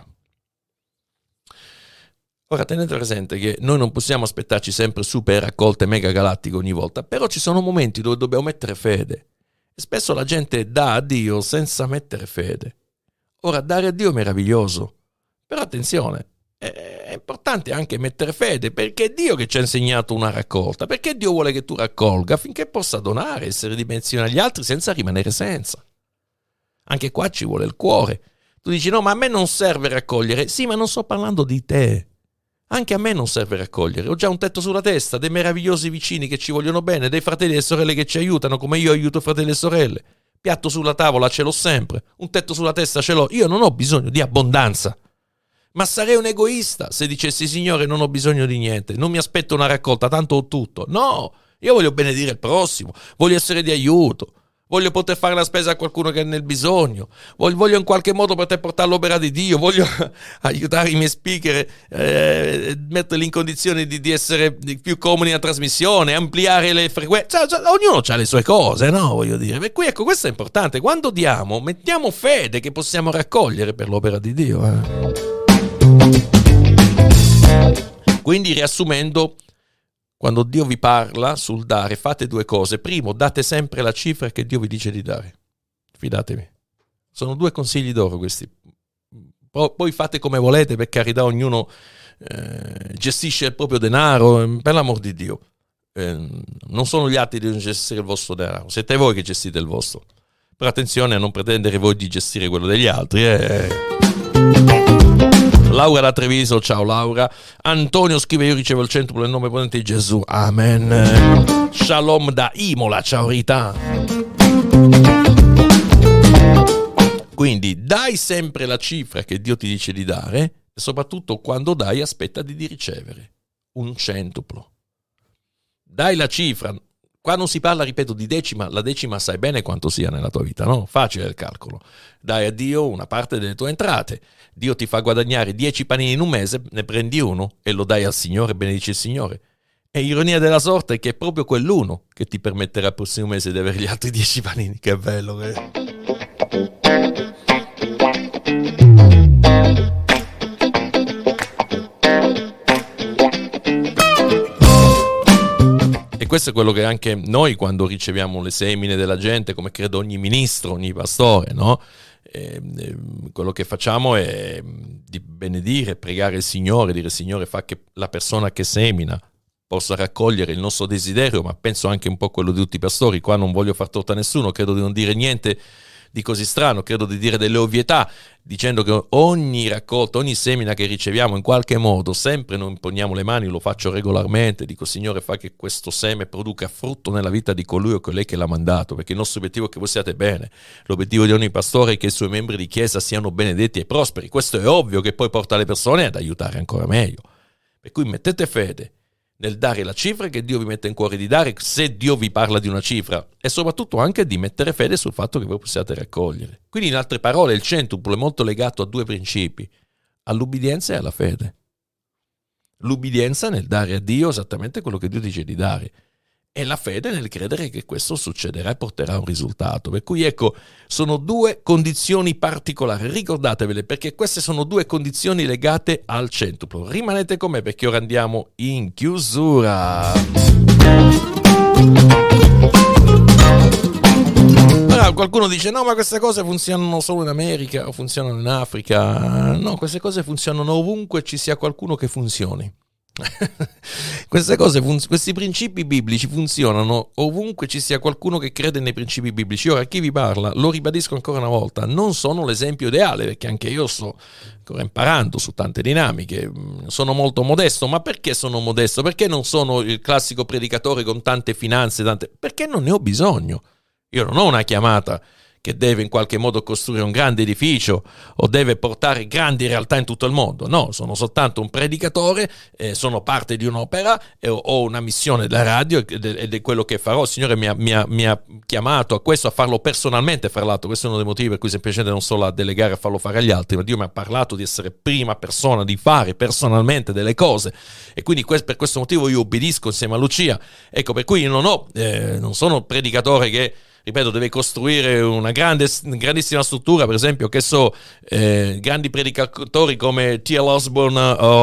Ora tenete presente che noi non possiamo aspettarci sempre super raccolte mega galattiche ogni volta, però ci sono momenti dove dobbiamo mettere fede. E spesso la gente dà a Dio senza mettere fede. Ora, dare a Dio è meraviglioso, però attenzione, è importante anche mettere fede, perché è Dio che ci ha insegnato una raccolta, perché Dio vuole che tu raccolga affinché possa donare, essere di benedizione agli altri senza rimanere senza. Anche qua ci vuole il cuore. Tu dici no, ma a me non serve raccogliere. Sì, ma non sto parlando di te. Anche a me non serve raccogliere, ho già un tetto sulla testa, dei meravigliosi vicini che ci vogliono bene, dei fratelli e sorelle che ci aiutano, come io aiuto fratelli e sorelle. Piatto sulla tavola ce l'ho sempre, un tetto sulla testa ce l'ho, io non ho bisogno di abbondanza. Ma sarei un egoista se dicessi Signore non ho bisogno di niente, non mi aspetto una raccolta, tanto ho tutto. No, io voglio benedire il prossimo, voglio essere di aiuto. Voglio poter fare la spesa a qualcuno che è nel bisogno, voglio in qualche modo poter portare l'opera di Dio, voglio aiutare i miei speaker, metterli in condizione di essere più comodi nella trasmissione, ampliare le frequenze, ognuno ha le sue cose, no? Voglio dire, per cui ecco, questo è importante, quando diamo, mettiamo fede che possiamo raccogliere per l'opera di Dio. Quindi riassumendo, quando Dio vi parla sul dare, fate due cose. Primo, date sempre la cifra che Dio vi dice di dare. Fidatevi. Sono due consigli d'oro questi. Poi fate come volete, per carità, ognuno gestisce il proprio denaro, per l'amor di Dio. Non sono gli altri di gestire il vostro denaro, siete voi che gestite il vostro. Però attenzione a non pretendere voi di gestire quello degli altri. Laura da Treviso, ciao Laura. Antonio scrive: io ricevo il centuplo nel nome potente di Gesù, amen. Shalom da Imola, ciao Rita. Quindi dai sempre la cifra che Dio ti dice di dare, e soprattutto quando dai aspetta di ricevere un centuplo. Dai la cifra. Qua non si parla, ripeto, di decima, la decima sai bene quanto sia nella tua vita, no? Facile il calcolo. Dai a Dio una parte delle tue entrate. Dio ti fa guadagnare 10 panini in un mese, ne prendi uno e lo dai al Signore, benedici il Signore. E ironia della sorte è che è proprio quell'uno che ti permetterà il prossimo mese di avere gli altri 10 panini. Che bello che è. E questo è quello che anche noi, quando riceviamo le semine della gente, come credo ogni ministro, ogni pastore, no? Quello che facciamo è di benedire, pregare il Signore, dire Signore fa che la persona che semina possa raccogliere il nostro desiderio, ma penso anche un po' quello di tutti i pastori. Qua non voglio far torto a nessuno, credo di non dire niente di così strano, credo di dire delle ovvietà, dicendo che ogni raccolta, ogni semina che riceviamo in qualche modo, sempre non imponiamo le mani, lo faccio regolarmente, dico Signore fa che questo seme produca frutto nella vita di colui o colei che l'ha mandato, perché il nostro obiettivo è che voi siate bene, l'obiettivo di ogni pastore è che i suoi membri di chiesa siano benedetti e prosperi. Questo è ovvio, che poi porta le persone ad aiutare ancora meglio, Per cui mettete fede nel dare la cifra che Dio vi mette in cuore di dare, se Dio vi parla di una cifra, e soprattutto anche di mettere fede sul fatto che voi possiate raccogliere. Quindi, in altre parole, il centuplo è molto legato a due principi: all'ubbidienza e alla fede. L'ubbidienza nel dare a Dio esattamente quello che Dio dice di dare, e la fede nel credere che questo succederà e porterà a un risultato. Per cui ecco, sono due condizioni particolari, ricordatevele, perché queste sono due condizioni legate al centuplo. Rimanete con me perché ora andiamo in chiusura. Ora qualcuno dice: no, ma queste cose funzionano solo in America o funzionano in Africa. No, queste cose funzionano ovunque ci sia qualcuno che funzioni. Questi principi biblici funzionano ovunque ci sia qualcuno che crede nei principi biblici. Ora, chi vi parla, lo ribadisco ancora una volta, non sono l'esempio ideale, perché anche io sto ancora imparando su tante dinamiche, sono molto modesto. Ma perché sono modesto? Perché non sono il classico predicatore con tante finanze, perché non ne ho bisogno. Io non ho una chiamata che deve in qualche modo costruire un grande edificio o deve portare grandi realtà in tutto il mondo. No, sono soltanto un predicatore, sono parte di un'opera, ho una missione da radio ed è quello che farò. Il Signore mi ha chiamato a questo, a farlo personalmente, fra l'altro. Questo è uno dei motivi per cui semplicemente non solo a delegare a farlo fare agli altri, ma Dio mi ha parlato di essere prima persona, di fare personalmente delle cose, e quindi per questo motivo io obbedisco insieme a Lucia. Ecco, per cui io non sono predicatore che, ripeto, deve costruire una grandissima struttura. Per esempio, grandi predicatori come T.L. Osborne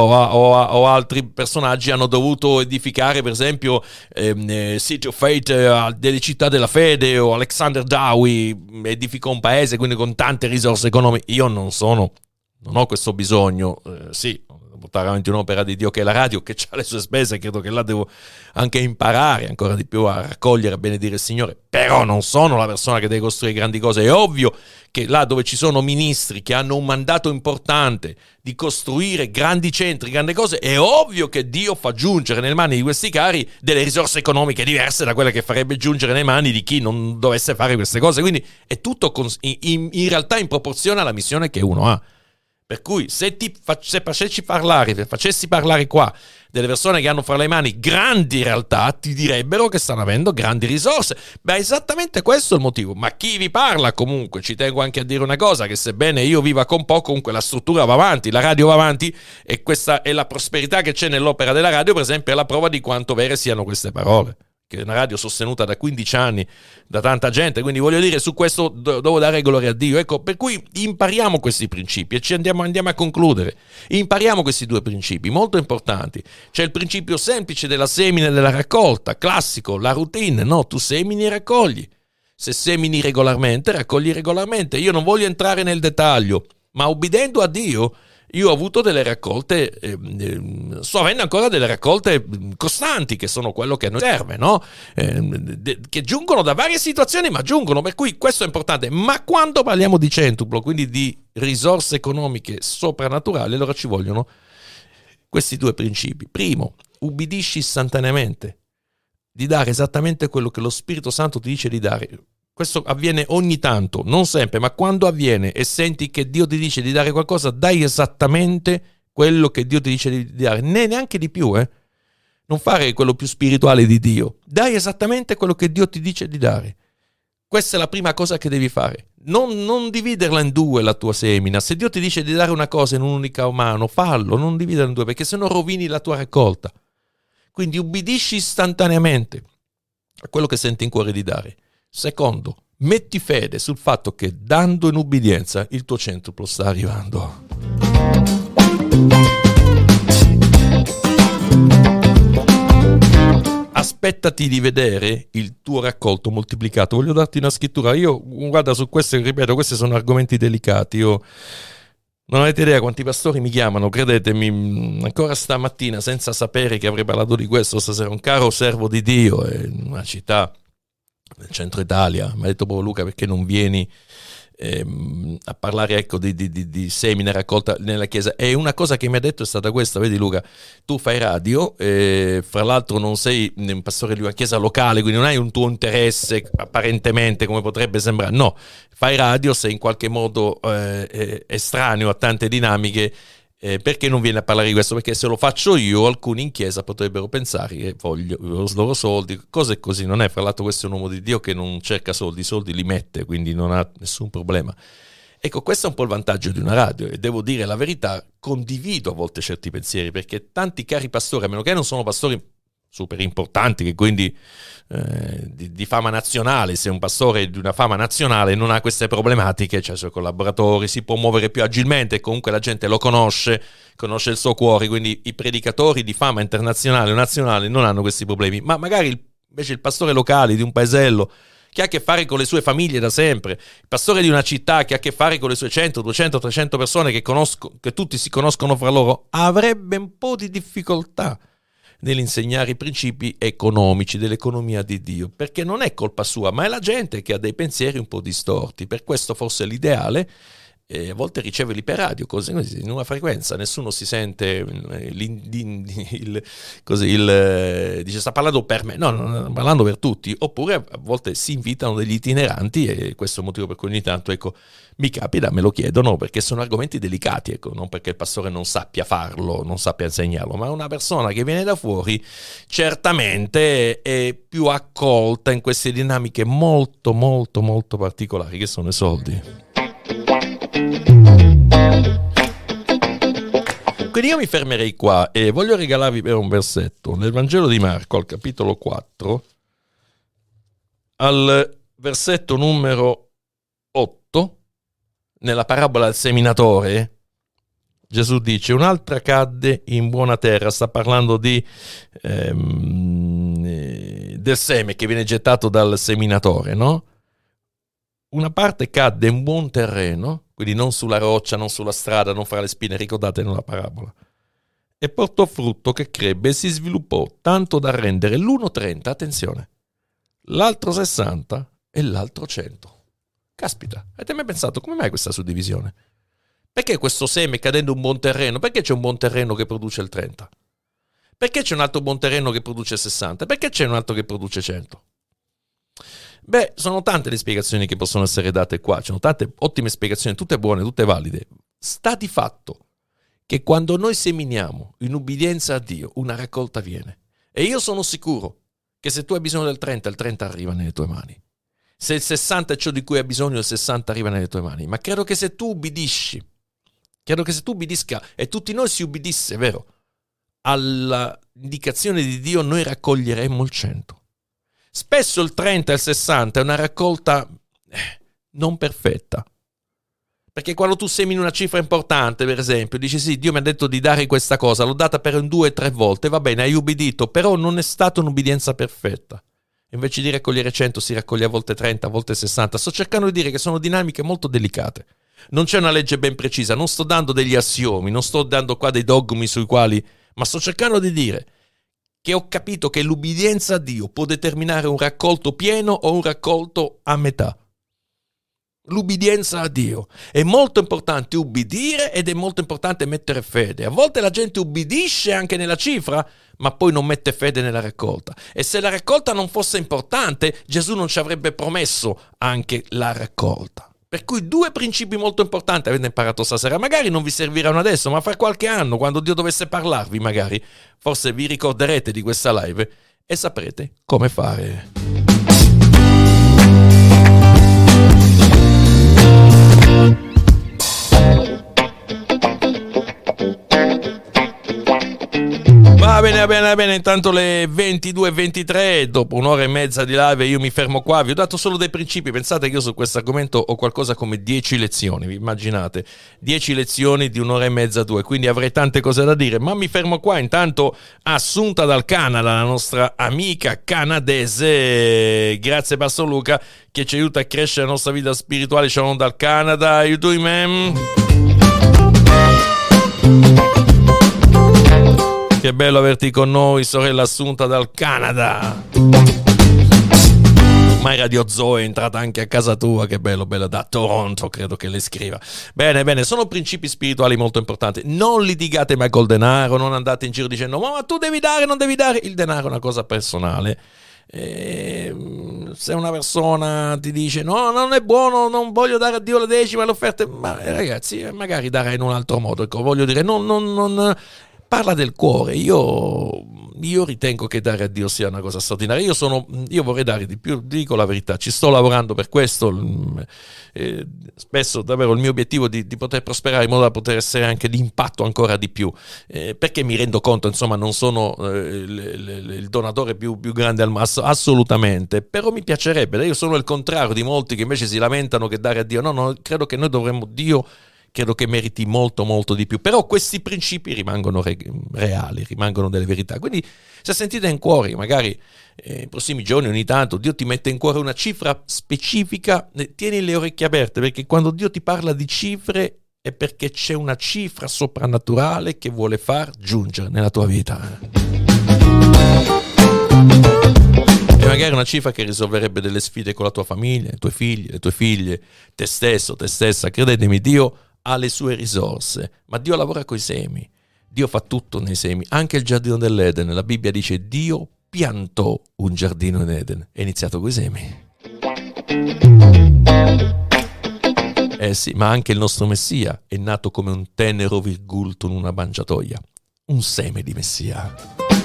o altri personaggi hanno dovuto edificare, per esempio, City of Faith delle città della fede, o Alexander Dowie edificò un paese, quindi con tante risorse economiche. Io non ho questo bisogno. Sì, portare avanti un'opera di Dio che è la radio, che ha le sue spese, credo che là devo anche imparare ancora di più a raccogliere, a benedire il Signore, però non sono la persona che deve costruire grandi cose. È ovvio che là dove ci sono ministri che hanno un mandato importante di costruire grandi centri, grandi cose, è ovvio che Dio fa giungere nelle mani di questi cari delle risorse economiche diverse da quelle che farebbe giungere nelle mani di chi non dovesse fare queste cose. Quindi è tutto in realtà in proporzione alla missione che uno ha. Per cui se facessi parlare qua delle persone che hanno fra le mani grandi realtà, ti direbbero che stanno avendo grandi risorse. Beh, esattamente questo è il motivo. Ma chi vi parla, comunque, ci tengo anche a dire una cosa, che sebbene io viva con poco, comunque la struttura va avanti, la radio va avanti, e questa è la prosperità che c'è nell'opera della radio, per esempio, è la prova di quanto vere siano queste parole. Che è una radio sostenuta da 15 anni da tanta gente, quindi voglio dire, su questo devo dare gloria a Dio. Ecco, per cui impariamo questi principi e ci andiamo a concludere. Impariamo questi due principi molto importanti. C'è il principio semplice della semina e della raccolta, classico, la routine, no? Tu semini e raccogli. Se semini regolarmente, raccogli regolarmente. Io non voglio entrare nel dettaglio, ma obbedendo a Dio, io ho avuto delle raccolte, sto avendo ancora delle raccolte costanti, che sono quello che a noi serve, no? Che giungono da varie situazioni, ma giungono, per cui questo è importante. Ma quando parliamo di centuplo, quindi di risorse economiche soprannaturali, allora ci vogliono questi due principi. Primo, ubbidisci istantaneamente, di dare esattamente quello che lo Spirito Santo ti dice di dare. Questo avviene ogni tanto, non sempre, ma quando avviene e senti che Dio ti dice di dare qualcosa, dai esattamente quello che Dio ti dice di dare, neanche di più, Non fare quello più spirituale di Dio, dai esattamente quello che Dio ti dice di dare. Questa è la prima cosa che devi fare. Non dividerla in due la tua semina. Se Dio ti dice di dare una cosa in un'unica mano, fallo, non dividerla in due, perché sennò rovini la tua raccolta. Quindi ubbidisci istantaneamente a quello che senti in cuore di dare. Secondo, metti fede sul fatto che dando in ubbidienza il tuo centuplo sta arrivando. Aspettati di vedere il tuo raccolto moltiplicato. Voglio darti una scrittura. Io, guarda, su queste, ripeto, questi sono argomenti delicati. Io non avete idea quanti pastori mi chiamano, credetemi, ancora stamattina, senza sapere che avrei parlato di questo stasera. Un caro servo di Dio in una città nel centro Italia mi ha detto: proprio Luca, perché non vieni a parlare, ecco, di semina raccolta nella chiesa? E una cosa che mi ha detto è stata questa: vedi Luca, tu fai radio, fra l'altro non sei un pastore di una chiesa locale, quindi non hai un tuo interesse apparentemente come potrebbe sembrare, no, fai radio, sei in qualche modo estraneo a tante dinamiche, Perché non viene a parlare di questo? Perché se lo faccio io, alcuni in chiesa potrebbero pensare che voglio i loro soldi, cose così. Non è, fra l'altro questo è un uomo di Dio che non cerca soldi, i soldi li mette, quindi non ha nessun problema. Ecco, questo è un po' il vantaggio di una radio, e devo dire la verità, condivido a volte certi pensieri, perché tanti cari pastori, a meno che non sono pastori super importanti, che quindi di fama nazionale, se un pastore di una fama nazionale non ha queste problematiche, cioè i suoi collaboratori, si può muovere più agilmente, comunque la gente lo conosce il suo cuore, quindi i predicatori di fama internazionale o nazionale non hanno questi problemi, ma magari invece il pastore locale di un paesello che ha a che fare con le sue famiglie da sempre, il pastore di una città che ha a che fare con le sue 100, 200, 300 persone che tutti si conoscono fra loro, avrebbe un po' di difficoltà nell'insegnare i principi economici dell'economia di Dio, perché non è colpa sua, ma è la gente che ha dei pensieri un po' distorti. Per questo forse l'ideale a volte riceverli per radio, così in una frequenza, nessuno si sente dice sta parlando per me, no, sta parlando per tutti, oppure a volte si invitano degli itineranti, e questo è il motivo per cui ogni tanto, ecco, mi capita, me lo chiedono, perché sono argomenti delicati, ecco, non perché il pastore non sappia farlo, non sappia insegnarlo, ma una persona che viene da fuori certamente è più accolta in queste dinamiche molto molto molto particolari che sono i soldi. Quindi io mi fermerei qua e voglio regalarvi per un versetto nel Vangelo di Marco al capitolo 4 al versetto numero 8, nella parabola del seminatore. Gesù dice: un'altra cadde in buona terra, sta parlando del seme che viene gettato dal seminatore, no? Una parte cadde in buon terreno, quindi non sulla roccia, non sulla strada, non fra le spine, ricordate nella parabola, e portò frutto che crebbe e si sviluppò tanto da rendere l'uno 30, attenzione, l'altro 60 e l'altro 100. Caspita, avete mai pensato come mai questa suddivisione? Perché questo seme cadendo in un buon terreno? Perché c'è un buon terreno che produce il 30? Perché c'è un altro buon terreno che produce 60? Perché c'è un altro che produce 100? Beh, sono tante le spiegazioni che possono essere date qua, ci sono tante ottime spiegazioni, tutte buone, tutte valide. Sta di fatto che quando noi seminiamo in ubbidienza a Dio, una raccolta viene. E io sono sicuro che se tu hai bisogno del 30, il 30 arriva nelle tue mani. Se il 60 è ciò di cui hai bisogno, il 60 arriva nelle tue mani. Ma credo che se tu ubbidisca e tutti noi si ubbidisse, vero, all'indicazione di Dio, noi raccoglieremmo il 100. Spesso il 30 e il 60 è una raccolta non perfetta. Perché quando tu semini una cifra importante, per esempio, dici sì, Dio mi ha detto di dare questa cosa, l'ho data per 2 o 3 volte, va bene, hai ubbidito, però non è stata un'ubbidienza perfetta. Invece di raccogliere 100 si raccoglie a volte 30, a volte 60. Sto cercando di dire che sono dinamiche molto delicate. Non c'è una legge ben precisa, non sto dando degli assiomi, non sto dando qua dei dogmi sui quali, ma sto cercando di dire che ho capito che l'ubbidienza a Dio può determinare un raccolto pieno o un raccolto a metà. L'ubbidienza a Dio. È molto importante ubbidire ed è molto importante mettere fede. A volte la gente ubbidisce anche nella cifra, ma poi non mette fede nella raccolta. E se la raccolta non fosse importante, Gesù non ci avrebbe promesso anche la raccolta. Per cui 2 principi molto importanti avete imparato stasera. Magari non vi serviranno adesso, ma fra qualche anno, quando Dio dovesse parlarvi, magari, forse vi ricorderete di questa live e saprete come fare. Va bene, intanto le 22:23, dopo 1 ora e mezza di live io mi fermo qua, vi ho dato solo dei principi, pensate che io su questo argomento ho qualcosa come 10 lezioni, vi immaginate, 10 lezioni di 1 ora e mezza, 2, quindi avrei tante cose da dire, ma mi fermo qua. Intanto Assunta dal Canada, la nostra amica canadese, grazie Pastor Luca che ci aiuta a crescere la nostra vita spirituale, ciao dal Canada, how you doing man? Che bello averti con noi, sorella Assunta dal Canada. Ormai Radio Zoe è entrata anche a casa tua, che bello, da Toronto, credo che le scriva. Bene, sono principi spirituali molto importanti. Non litigate mai col denaro, non andate in giro dicendo ma tu devi dare, non devi dare. Il denaro è una cosa personale. Se una persona ti dice no, non è buono, non voglio dare a Dio la decima, le offerte, ma ragazzi, magari darai in un altro modo. Ecco, voglio dire, non parla del cuore. Io ritengo che dare a Dio sia una cosa straordinaria. Io vorrei dare di più, dico la verità, ci sto lavorando per questo. Spesso davvero il mio obiettivo di poter prosperare in modo da poter essere anche di impatto ancora di più, perché mi rendo conto, insomma, non sono il donatore più grande al masso, assolutamente, però mi piacerebbe. Io sono il contrario di molti che invece si lamentano che dare a Dio, no, credo che noi dovremmo, Dio credo che meriti molto molto di più, però questi principi rimangono reali, rimangono delle verità. Quindi se sentite in cuore, magari nei prossimi giorni ogni tanto Dio ti mette in cuore una cifra specifica, tieni le orecchie aperte, perché quando Dio ti parla di cifre è perché c'è una cifra soprannaturale che vuole far giungere nella tua vita. E magari una cifra che risolverebbe delle sfide con la tua famiglia, i tuoi figli, le tue figlie, te stesso, te stessa. Credetemi, Dio ha le sue risorse, ma Dio lavora coi semi. Dio fa tutto nei semi, anche il giardino dell'Eden. La Bibbia dice Dio piantò un giardino in Eden, è iniziato coi semi. Sì, ma anche il nostro Messia è nato come un tenero virgulto in una mangiatoia, un seme di Messia.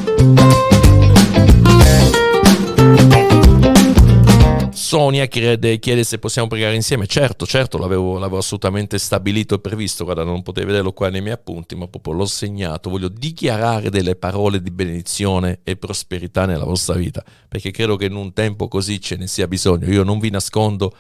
Sonia chiede se possiamo pregare insieme. Certo, l'avevo assolutamente stabilito e previsto. Guarda, non potete vederlo qua nei miei appunti, ma proprio l'ho segnato. Voglio dichiarare delle parole di benedizione e prosperità nella vostra vita, perché credo che in un tempo così ce ne sia bisogno. Io non vi nascondo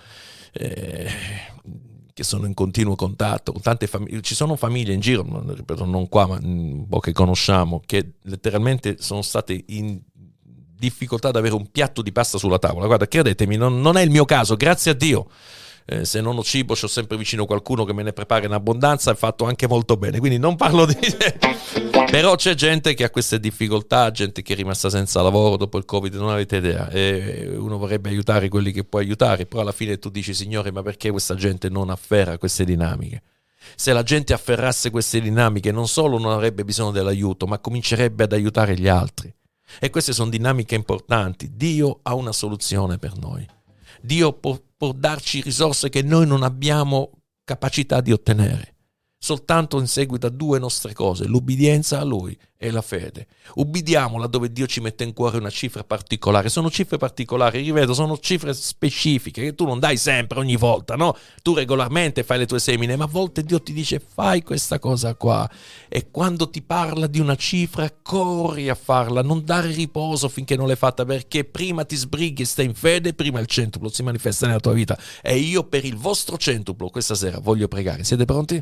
che sono in continuo contatto con tante famiglie. Ci sono famiglie in giro, ripeto, non qua, ma un po' che conosciamo, che letteralmente sono state in difficoltà ad avere un piatto di pasta sulla tavola. Guarda, credetemi, non è il mio caso, grazie a Dio. Se non ho cibo, c'ho sempre vicino qualcuno che me ne prepara in abbondanza, e fatto anche molto bene, quindi non parlo di... Però c'è gente che ha queste difficoltà, gente che è rimasta senza lavoro dopo il Covid, non avete idea, e uno vorrebbe aiutare quelli che può aiutare, però alla fine tu dici, Signore, ma perché questa gente non afferra queste dinamiche? Se la gente afferrasse queste dinamiche, non solo non avrebbe bisogno dell'aiuto, ma comincerebbe ad aiutare gli altri. E queste sono dinamiche importanti. Dio ha una soluzione per noi. Dio può darci risorse che noi non abbiamo capacità di ottenere, soltanto in seguito a due nostre cose: l'ubbidienza a Lui e la fede. Ubbidiamo laddove Dio ci mette in cuore una cifra particolare. Sono cifre particolari, rivedo, sono cifre specifiche che tu non dai sempre, ogni volta, no? Tu regolarmente fai le tue semine, ma a volte Dio ti dice fai questa cosa qua, e quando ti parla di una cifra corri a farla, non dare riposo finché non l'hai fatta, perché prima ti sbrighi e stai in fede, prima il centuplo si manifesta nella tua vita. E io per il vostro centuplo questa sera voglio pregare. Siete pronti?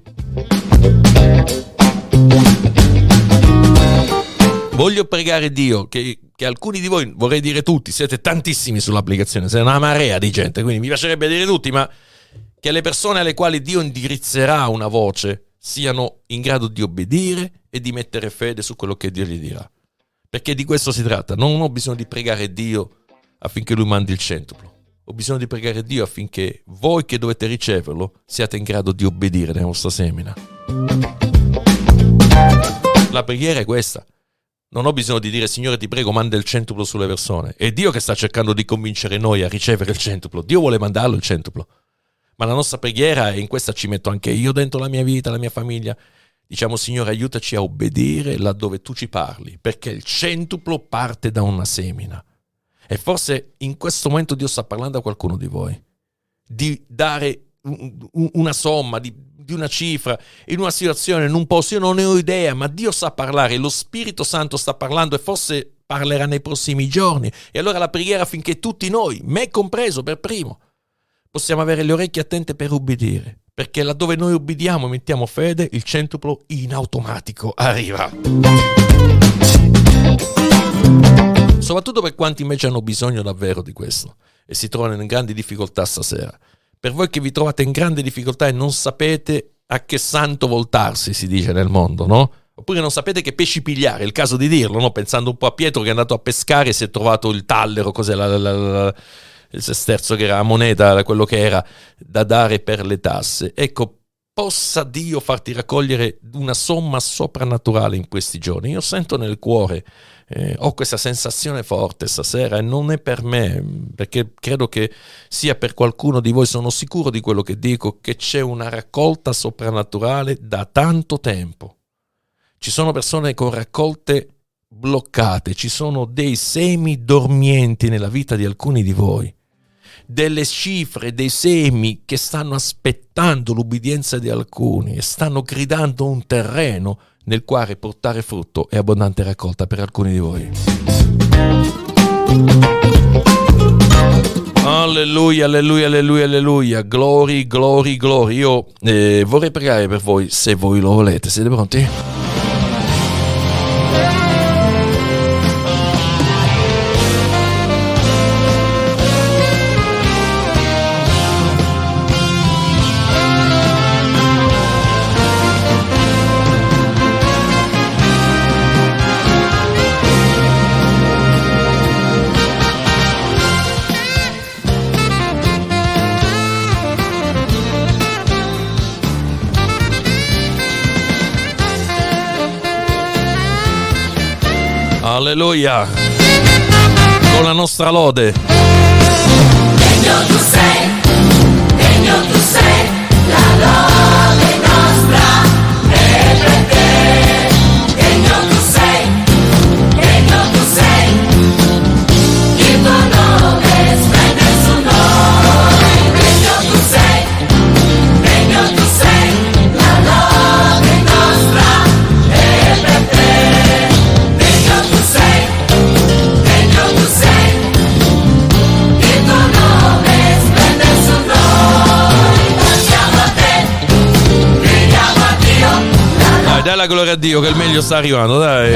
Voglio pregare Dio che alcuni di voi, vorrei dire tutti, siete tantissimi sull'applicazione, siete una marea di gente, quindi mi piacerebbe dire tutti, ma che le persone alle quali Dio indirizzerà una voce siano in grado di obbedire e di mettere fede su quello che Dio gli dirà. Perché di questo si tratta. Non ho bisogno di pregare Dio affinché Lui mandi il centuplo. Ho bisogno di pregare Dio affinché voi che dovete riceverlo siate in grado di obbedire nella vostra semina. La preghiera è questa. Non ho bisogno di dire Signore ti prego manda il centuplo sulle persone. È Dio che sta cercando di convincere noi a ricevere il centuplo. Dio vuole mandarlo il centuplo. Ma la nostra preghiera, e in questa ci metto anche io dentro la mia vita, la mia famiglia, diciamo Signore aiutaci a obbedire laddove tu ci parli, perché il centuplo parte da una semina. E forse in questo momento Dio sta parlando a qualcuno di voi, di dare una somma, di una cifra, in una situazione, in un posto, io non ne ho idea, ma Dio sa parlare, lo Spirito Santo sta parlando e forse parlerà nei prossimi giorni. E allora la preghiera affinché tutti noi, me compreso per primo, possiamo avere le orecchie attente per ubbidire, perché laddove noi ubbidiamo e mettiamo fede, il centuplo in automatico arriva. Soprattutto per quanti invece hanno bisogno davvero di questo e si trovano in grandi difficoltà stasera. Per voi che vi trovate in grande difficoltà e non sapete a che santo voltarsi, si dice nel mondo, no? Oppure non sapete che pesci pigliare, è il caso di dirlo, no? Pensando un po' a Pietro che è andato a pescare e si è trovato il tallero, cos'è il sesterzo che era la moneta, quello che era da dare per le tasse. Ecco, possa Dio farti raccogliere una somma soprannaturale in questi giorni. Io sento nel cuore, ho questa sensazione forte stasera, e non è per me, perché credo che sia per qualcuno di voi, sono sicuro di quello che dico, che c'è una raccolta soprannaturale da tanto tempo. Ci sono persone con raccolte bloccate, ci sono dei semi dormienti nella vita di alcuni di voi, delle cifre, dei semi che stanno aspettando l'ubbidienza di alcuni e stanno gridando un terreno nel quale portare frutto e abbondante raccolta per alcuni di voi. Alleluia, alleluia, alleluia, alleluia, glory, glory, glory. Io vorrei pregare per voi, se voi lo volete. Siete pronti? Alleluia, con la nostra lode. Degno tu sei, la lode nostra è per te. Degno tu sei, il tuo nome splende su noi. Degno tu sei, la lode nostra è per te. Dai la gloria a Dio che il meglio sta arrivando, dai.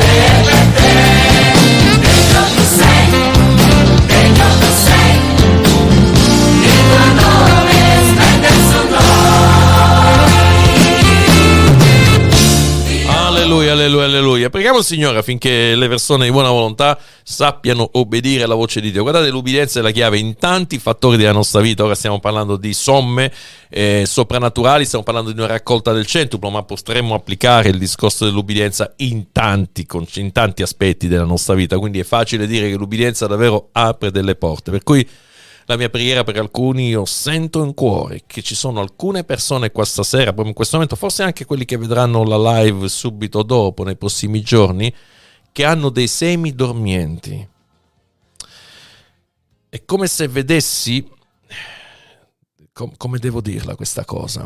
Alleluia, alleluia, alleluia. Preghiamo il Signore affinché le persone di buona volontà sappiano obbedire alla voce di Dio. Guardate, l'ubbidienza è la chiave in tanti fattori della nostra vita. Ora stiamo parlando di somme soprannaturali, stiamo parlando di una raccolta del centuplo, ma potremmo applicare il discorso dell'ubbidienza in tanti aspetti della nostra vita. Quindi è facile dire che l'ubbidienza davvero apre delle porte. Per cui la mia preghiera per alcuni, io sento in cuore che ci sono alcune persone qua stasera, proprio in questo momento, forse anche quelli che vedranno la live subito dopo, nei prossimi giorni, che hanno dei semi dormienti. È come se vedessi, come devo dirla questa cosa?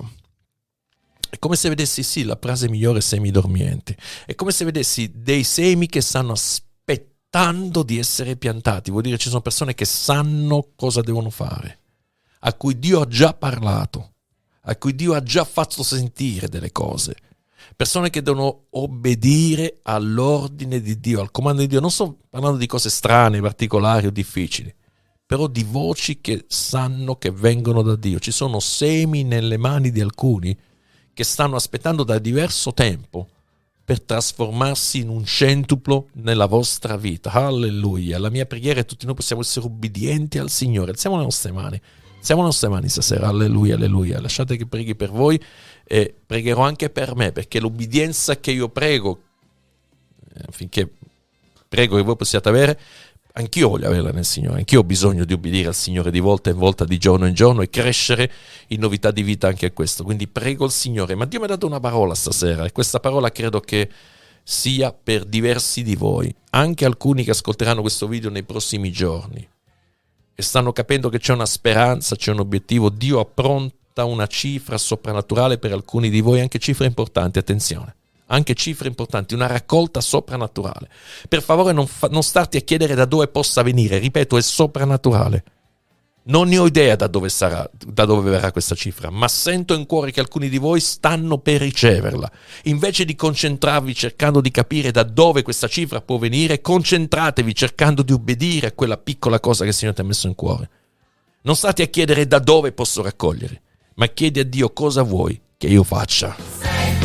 È come se vedessi, sì, la frase migliore, semi dormienti. È come se vedessi dei semi che stanno aspettando di essere piantati. Vuol dire ci sono persone che sanno cosa devono fare, a cui Dio ha già parlato, a cui Dio ha già fatto sentire delle cose, persone che devono obbedire all'ordine di Dio, al comando di Dio. Non sto parlando di cose strane, particolari o difficili, però di voci che sanno che vengono da Dio. Ci sono semi nelle mani di alcuni che stanno aspettando da diverso tempo per trasformarsi in un centuplo nella vostra vita. Alleluia. La mia preghiera è che tutti noi possiamo essere ubbidienti al Signore. Alziamo le nostre mani stasera. Alleluia, alleluia. Lasciate che preghi per voi e pregherò anche per me, perché l'ubbidienza che io prego, affinché prego che voi possiate avere, anch'io voglio averla nel Signore, anch'io ho bisogno di obbedire al Signore di volta in volta, di giorno in giorno, e crescere in novità di vita anche a questo. Quindi prego il Signore. Ma Dio mi ha dato una parola stasera, e questa parola credo che sia per diversi di voi, anche alcuni che ascolteranno questo video nei prossimi giorni e stanno capendo che c'è una speranza, c'è un obiettivo. Dio appronta una cifra soprannaturale per alcuni di voi, anche cifre importanti, attenzione. Anche cifre importanti, una raccolta soprannaturale. Per favore non starti a chiedere da dove possa venire, ripeto, è soprannaturale. Non ne ho idea da dove sarà, da dove verrà questa cifra, ma sento in cuore che alcuni di voi stanno per riceverla. Invece di concentrarvi cercando di capire da dove questa cifra può venire, concentratevi cercando di obbedire a quella piccola cosa che il Signore ti ha messo in cuore. Non state a chiedere da dove posso raccogliere, ma chiedi a Dio cosa vuoi che io faccia.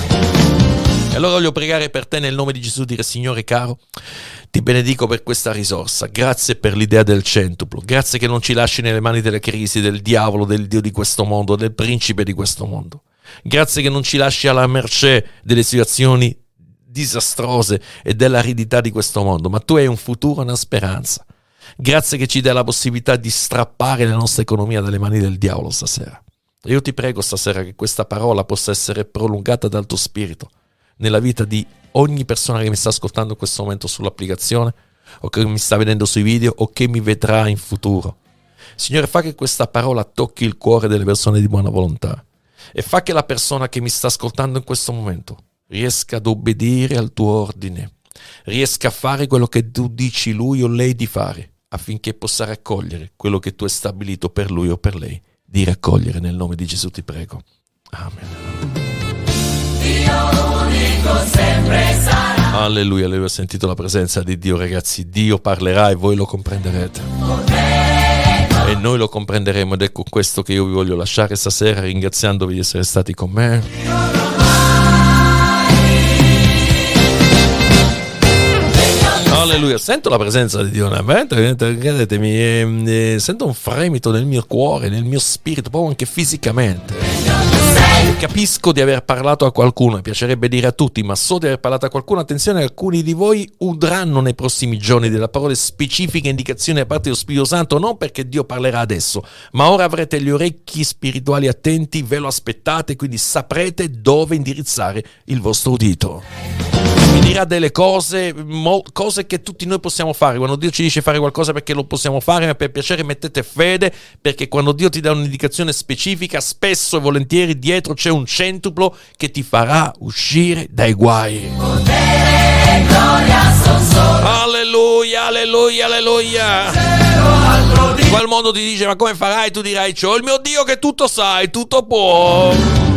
E allora voglio pregare per te nel nome di Gesù, dire: Signore caro, ti benedico per questa risorsa, grazie per l'idea del centuplo, grazie che non ci lasci nelle mani delle crisi, del diavolo, del dio di questo mondo, del principe di questo mondo. Grazie che non ci lasci alla mercé delle situazioni disastrose e dell'aridità di questo mondo, ma tu hai un futuro e una speranza. Grazie che ci dai la possibilità di strappare la nostra economia dalle mani del diavolo stasera. E io ti prego stasera che questa parola possa essere prolungata dal tuo spirito nella vita di ogni persona che mi sta ascoltando in questo momento sull'applicazione, o che mi sta vedendo sui video, o che mi vedrà in futuro. Signore, fa che questa parola tocchi il cuore delle persone di buona volontà e fa che la persona che mi sta ascoltando in questo momento riesca ad obbedire al tuo ordine, riesca a fare quello che tu dici lui o lei di fare, affinché possa raccogliere quello che tu hai stabilito per lui o per lei di raccogliere. Nel nome di Gesù ti prego. Amen. Dio unico sempre sarà. Alleluia, alleluia. Ho sentito la presenza di Dio, ragazzi. Dio parlerà e voi lo comprenderete. E noi lo comprenderemo, ed è con questo che io vi voglio lasciare stasera, ringraziandovi di essere stati con me. Alleluia, sento la presenza di Dio, credetemi, sento un fremito nel mio cuore, nel mio spirito, proprio anche fisicamente. Capisco di aver parlato a qualcuno, mi piacerebbe dire a tutti, ma so di aver parlato a qualcuno. Attenzione, alcuni di voi udranno nei prossimi giorni delle parole specifiche, indicazioni da parte dello Spirito Santo, non perché Dio parlerà adesso, ma ora avrete gli orecchi spirituali attenti, ve lo aspettate, quindi saprete dove indirizzare il vostro udito. Mi dirà delle cose che tutti noi possiamo fare. Quando Dio ci dice fare qualcosa perché lo possiamo fare, ma per piacere mettete fede, perché quando Dio ti dà un'indicazione specifica, spesso e volentieri dietro c'è un centuplo che ti farà uscire dai guai. Alleluia, alleluia, alleluia. Quel mondo ti dice: ma come farai? Tu dirai: c'ho il mio Dio che tutto sa e tutto può.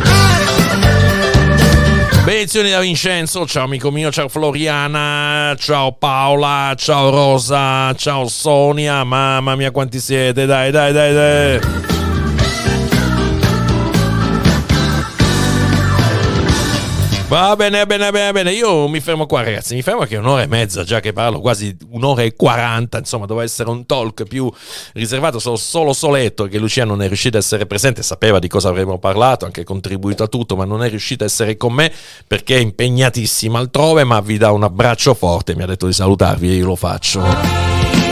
Benedizioni da Vincenzo, ciao amico mio, ciao Floriana, ciao Paola, ciao Rosa, ciao Sonia, mamma mia quanti siete, dai. Va bene, io mi fermo qua ragazzi, mi fermo che è un'ora e mezza già che parlo, quasi un'ora e 40, insomma doveva essere un talk più riservato, solo Soletto, che Lucia non è riuscita a essere presente, sapeva di cosa avremmo parlato, anche contribuito a tutto, ma non è riuscita a essere con me perché è impegnatissima altrove, ma vi dà un abbraccio forte, mi ha detto di salutarvi e io lo faccio.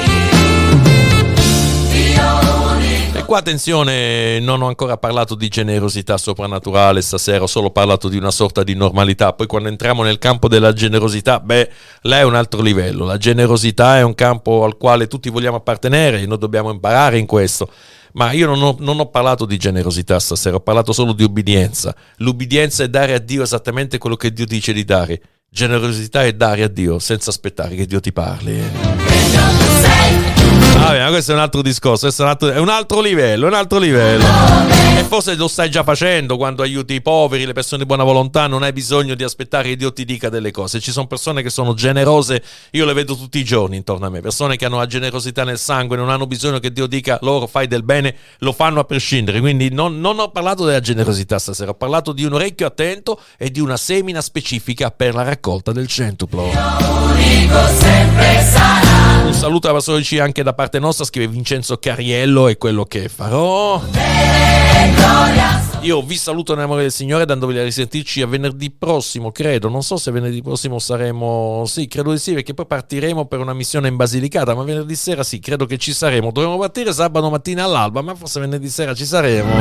Qua attenzione, non ho ancora parlato di generosità soprannaturale stasera, ho solo parlato di una sorta di normalità. Poi quando entriamo nel campo della generosità, là è un altro livello. La generosità è un campo al quale tutti vogliamo appartenere e noi dobbiamo imparare in questo. Ma io non ho parlato di generosità stasera, ho parlato solo di ubbidienza. L'ubbidienza è dare a Dio esattamente quello che Dio dice di dare. Generosità è dare a Dio senza aspettare che Dio ti parli. Ma questo è un altro discorso, è un altro livello. E forse lo stai già facendo quando aiuti i poveri, le persone di buona volontà, non hai bisogno di aspettare che Dio ti dica delle cose. Ci sono persone che sono generose, io le vedo tutti i giorni intorno a me, persone che hanno la generosità nel sangue, non hanno bisogno che Dio dica loro fai del bene, lo fanno a prescindere. Quindi non ho parlato della generosità stasera, ho parlato di un orecchio attento e di una semina specifica per la raccolta del centuplo. Un saluto alla Pastore C anche da parte nostra, scrive Vincenzo Cariello, è quello che farò. Io vi saluto nell'amore del Signore, dandovi a risentirci a venerdì prossimo, credo. Non so se venerdì prossimo saremo, sì, credo di sì, perché poi partiremo per una missione in Basilicata, ma venerdì sera sì, credo che ci saremo. Dovremmo partire sabato mattina all'alba, ma forse venerdì sera ci saremo.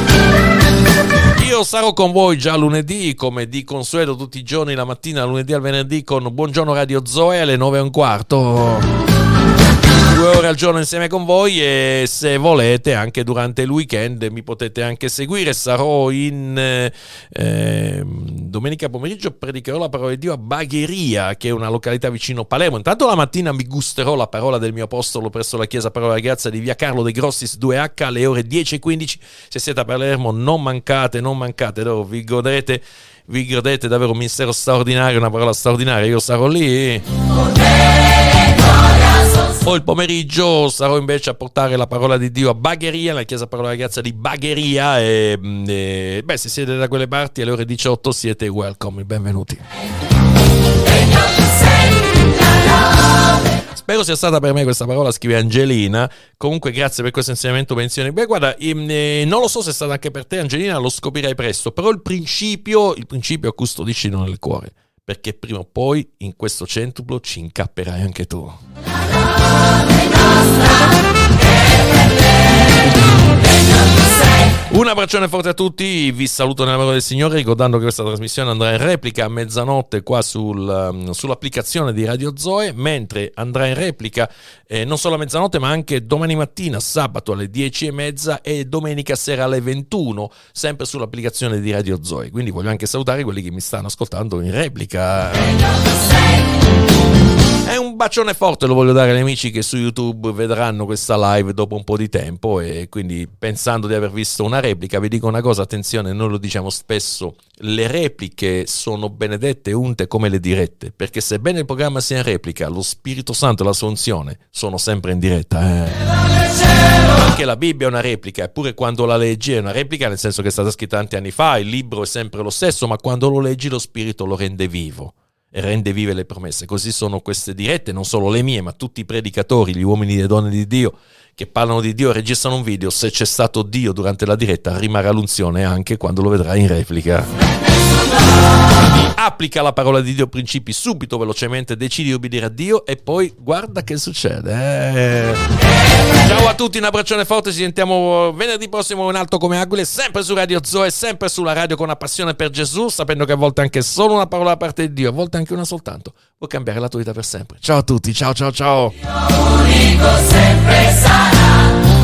Io sarò con voi già lunedì, come di consueto tutti i giorni, la mattina, lunedì al venerdì, con Buongiorno Radio Zoe alle 9:15. 2 ore al giorno insieme con voi, e se volete anche durante il weekend mi potete anche seguire. Sarò in domenica pomeriggio, predicherò la parola di Dio a Bagheria, che è una località vicino Palermo. Intanto la mattina mi gusterò la parola del mio apostolo presso la chiesa Parola della Grazia di via Carlo De Grossis 2H alle ore 10:15. Se siete a Palermo non mancate, vi godrete davvero un ministero straordinario, una parola straordinaria. Io sarò lì. Poi il pomeriggio sarò invece a portare la parola di Dio a Bagheria, nella chiesa Parola della Grazia di Bagheria, e se siete da quelle parti alle ore 18 siete welcome, benvenuti. Spero sia stata per me questa parola, scrive Angelina. Comunque grazie per questo insegnamento, pensione. Beh, guarda, non lo so se è stata anche per te, Angelina, lo scoprirai presto, però il principio custodiscilo nel cuore, perché prima o poi in questo centuplo ci incapperai anche tu. Un abbraccione forte a tutti, vi saluto nella parola del Signore, ricordando che questa trasmissione andrà in replica a mezzanotte qua sull'applicazione di Radio Zoe, mentre andrà in replica non solo a mezzanotte ma anche domani mattina, sabato alle 10:30 e domenica sera alle 21, sempre sull'applicazione di Radio Zoe. Quindi voglio anche salutare quelli che mi stanno ascoltando in replica. E un bacione forte lo voglio dare agli amici che su YouTube vedranno questa live dopo un po' di tempo, e quindi pensando di aver visto una replica vi dico una cosa, attenzione, noi lo diciamo spesso, le repliche sono benedette e unte come le dirette, perché sebbene il programma sia in replica, lo Spirito Santo e la sua unzione sono sempre in diretta. Anche la Bibbia è una replica, eppure quando la leggi è una replica, nel senso che è stata scritta tanti anni fa, il libro è sempre lo stesso, ma quando lo leggi lo Spirito lo rende vivo e rende vive le promesse. Così sono queste dirette, non solo le mie, ma tutti i predicatori, gli uomini e le donne di Dio che parlano di Dio, registrano un video. Se c'è stato Dio durante la diretta, rimarrà l'unzione anche quando lo vedrai in replica. Applica la parola di Dio, principi, subito, velocemente, decidi di obbedire a Dio e poi guarda che succede. Ciao a tutti, un abbraccione forte, ci sentiamo venerdì prossimo in Alto come Aquile, sempre su Radio Zoe, sempre sulla radio con una passione per Gesù, sapendo che a volte anche solo una parola da parte di Dio, a volte anche una soltanto, può cambiare la tua vita per sempre. Ciao a tutti, ciao ciao ciao. L'unico sempre sarà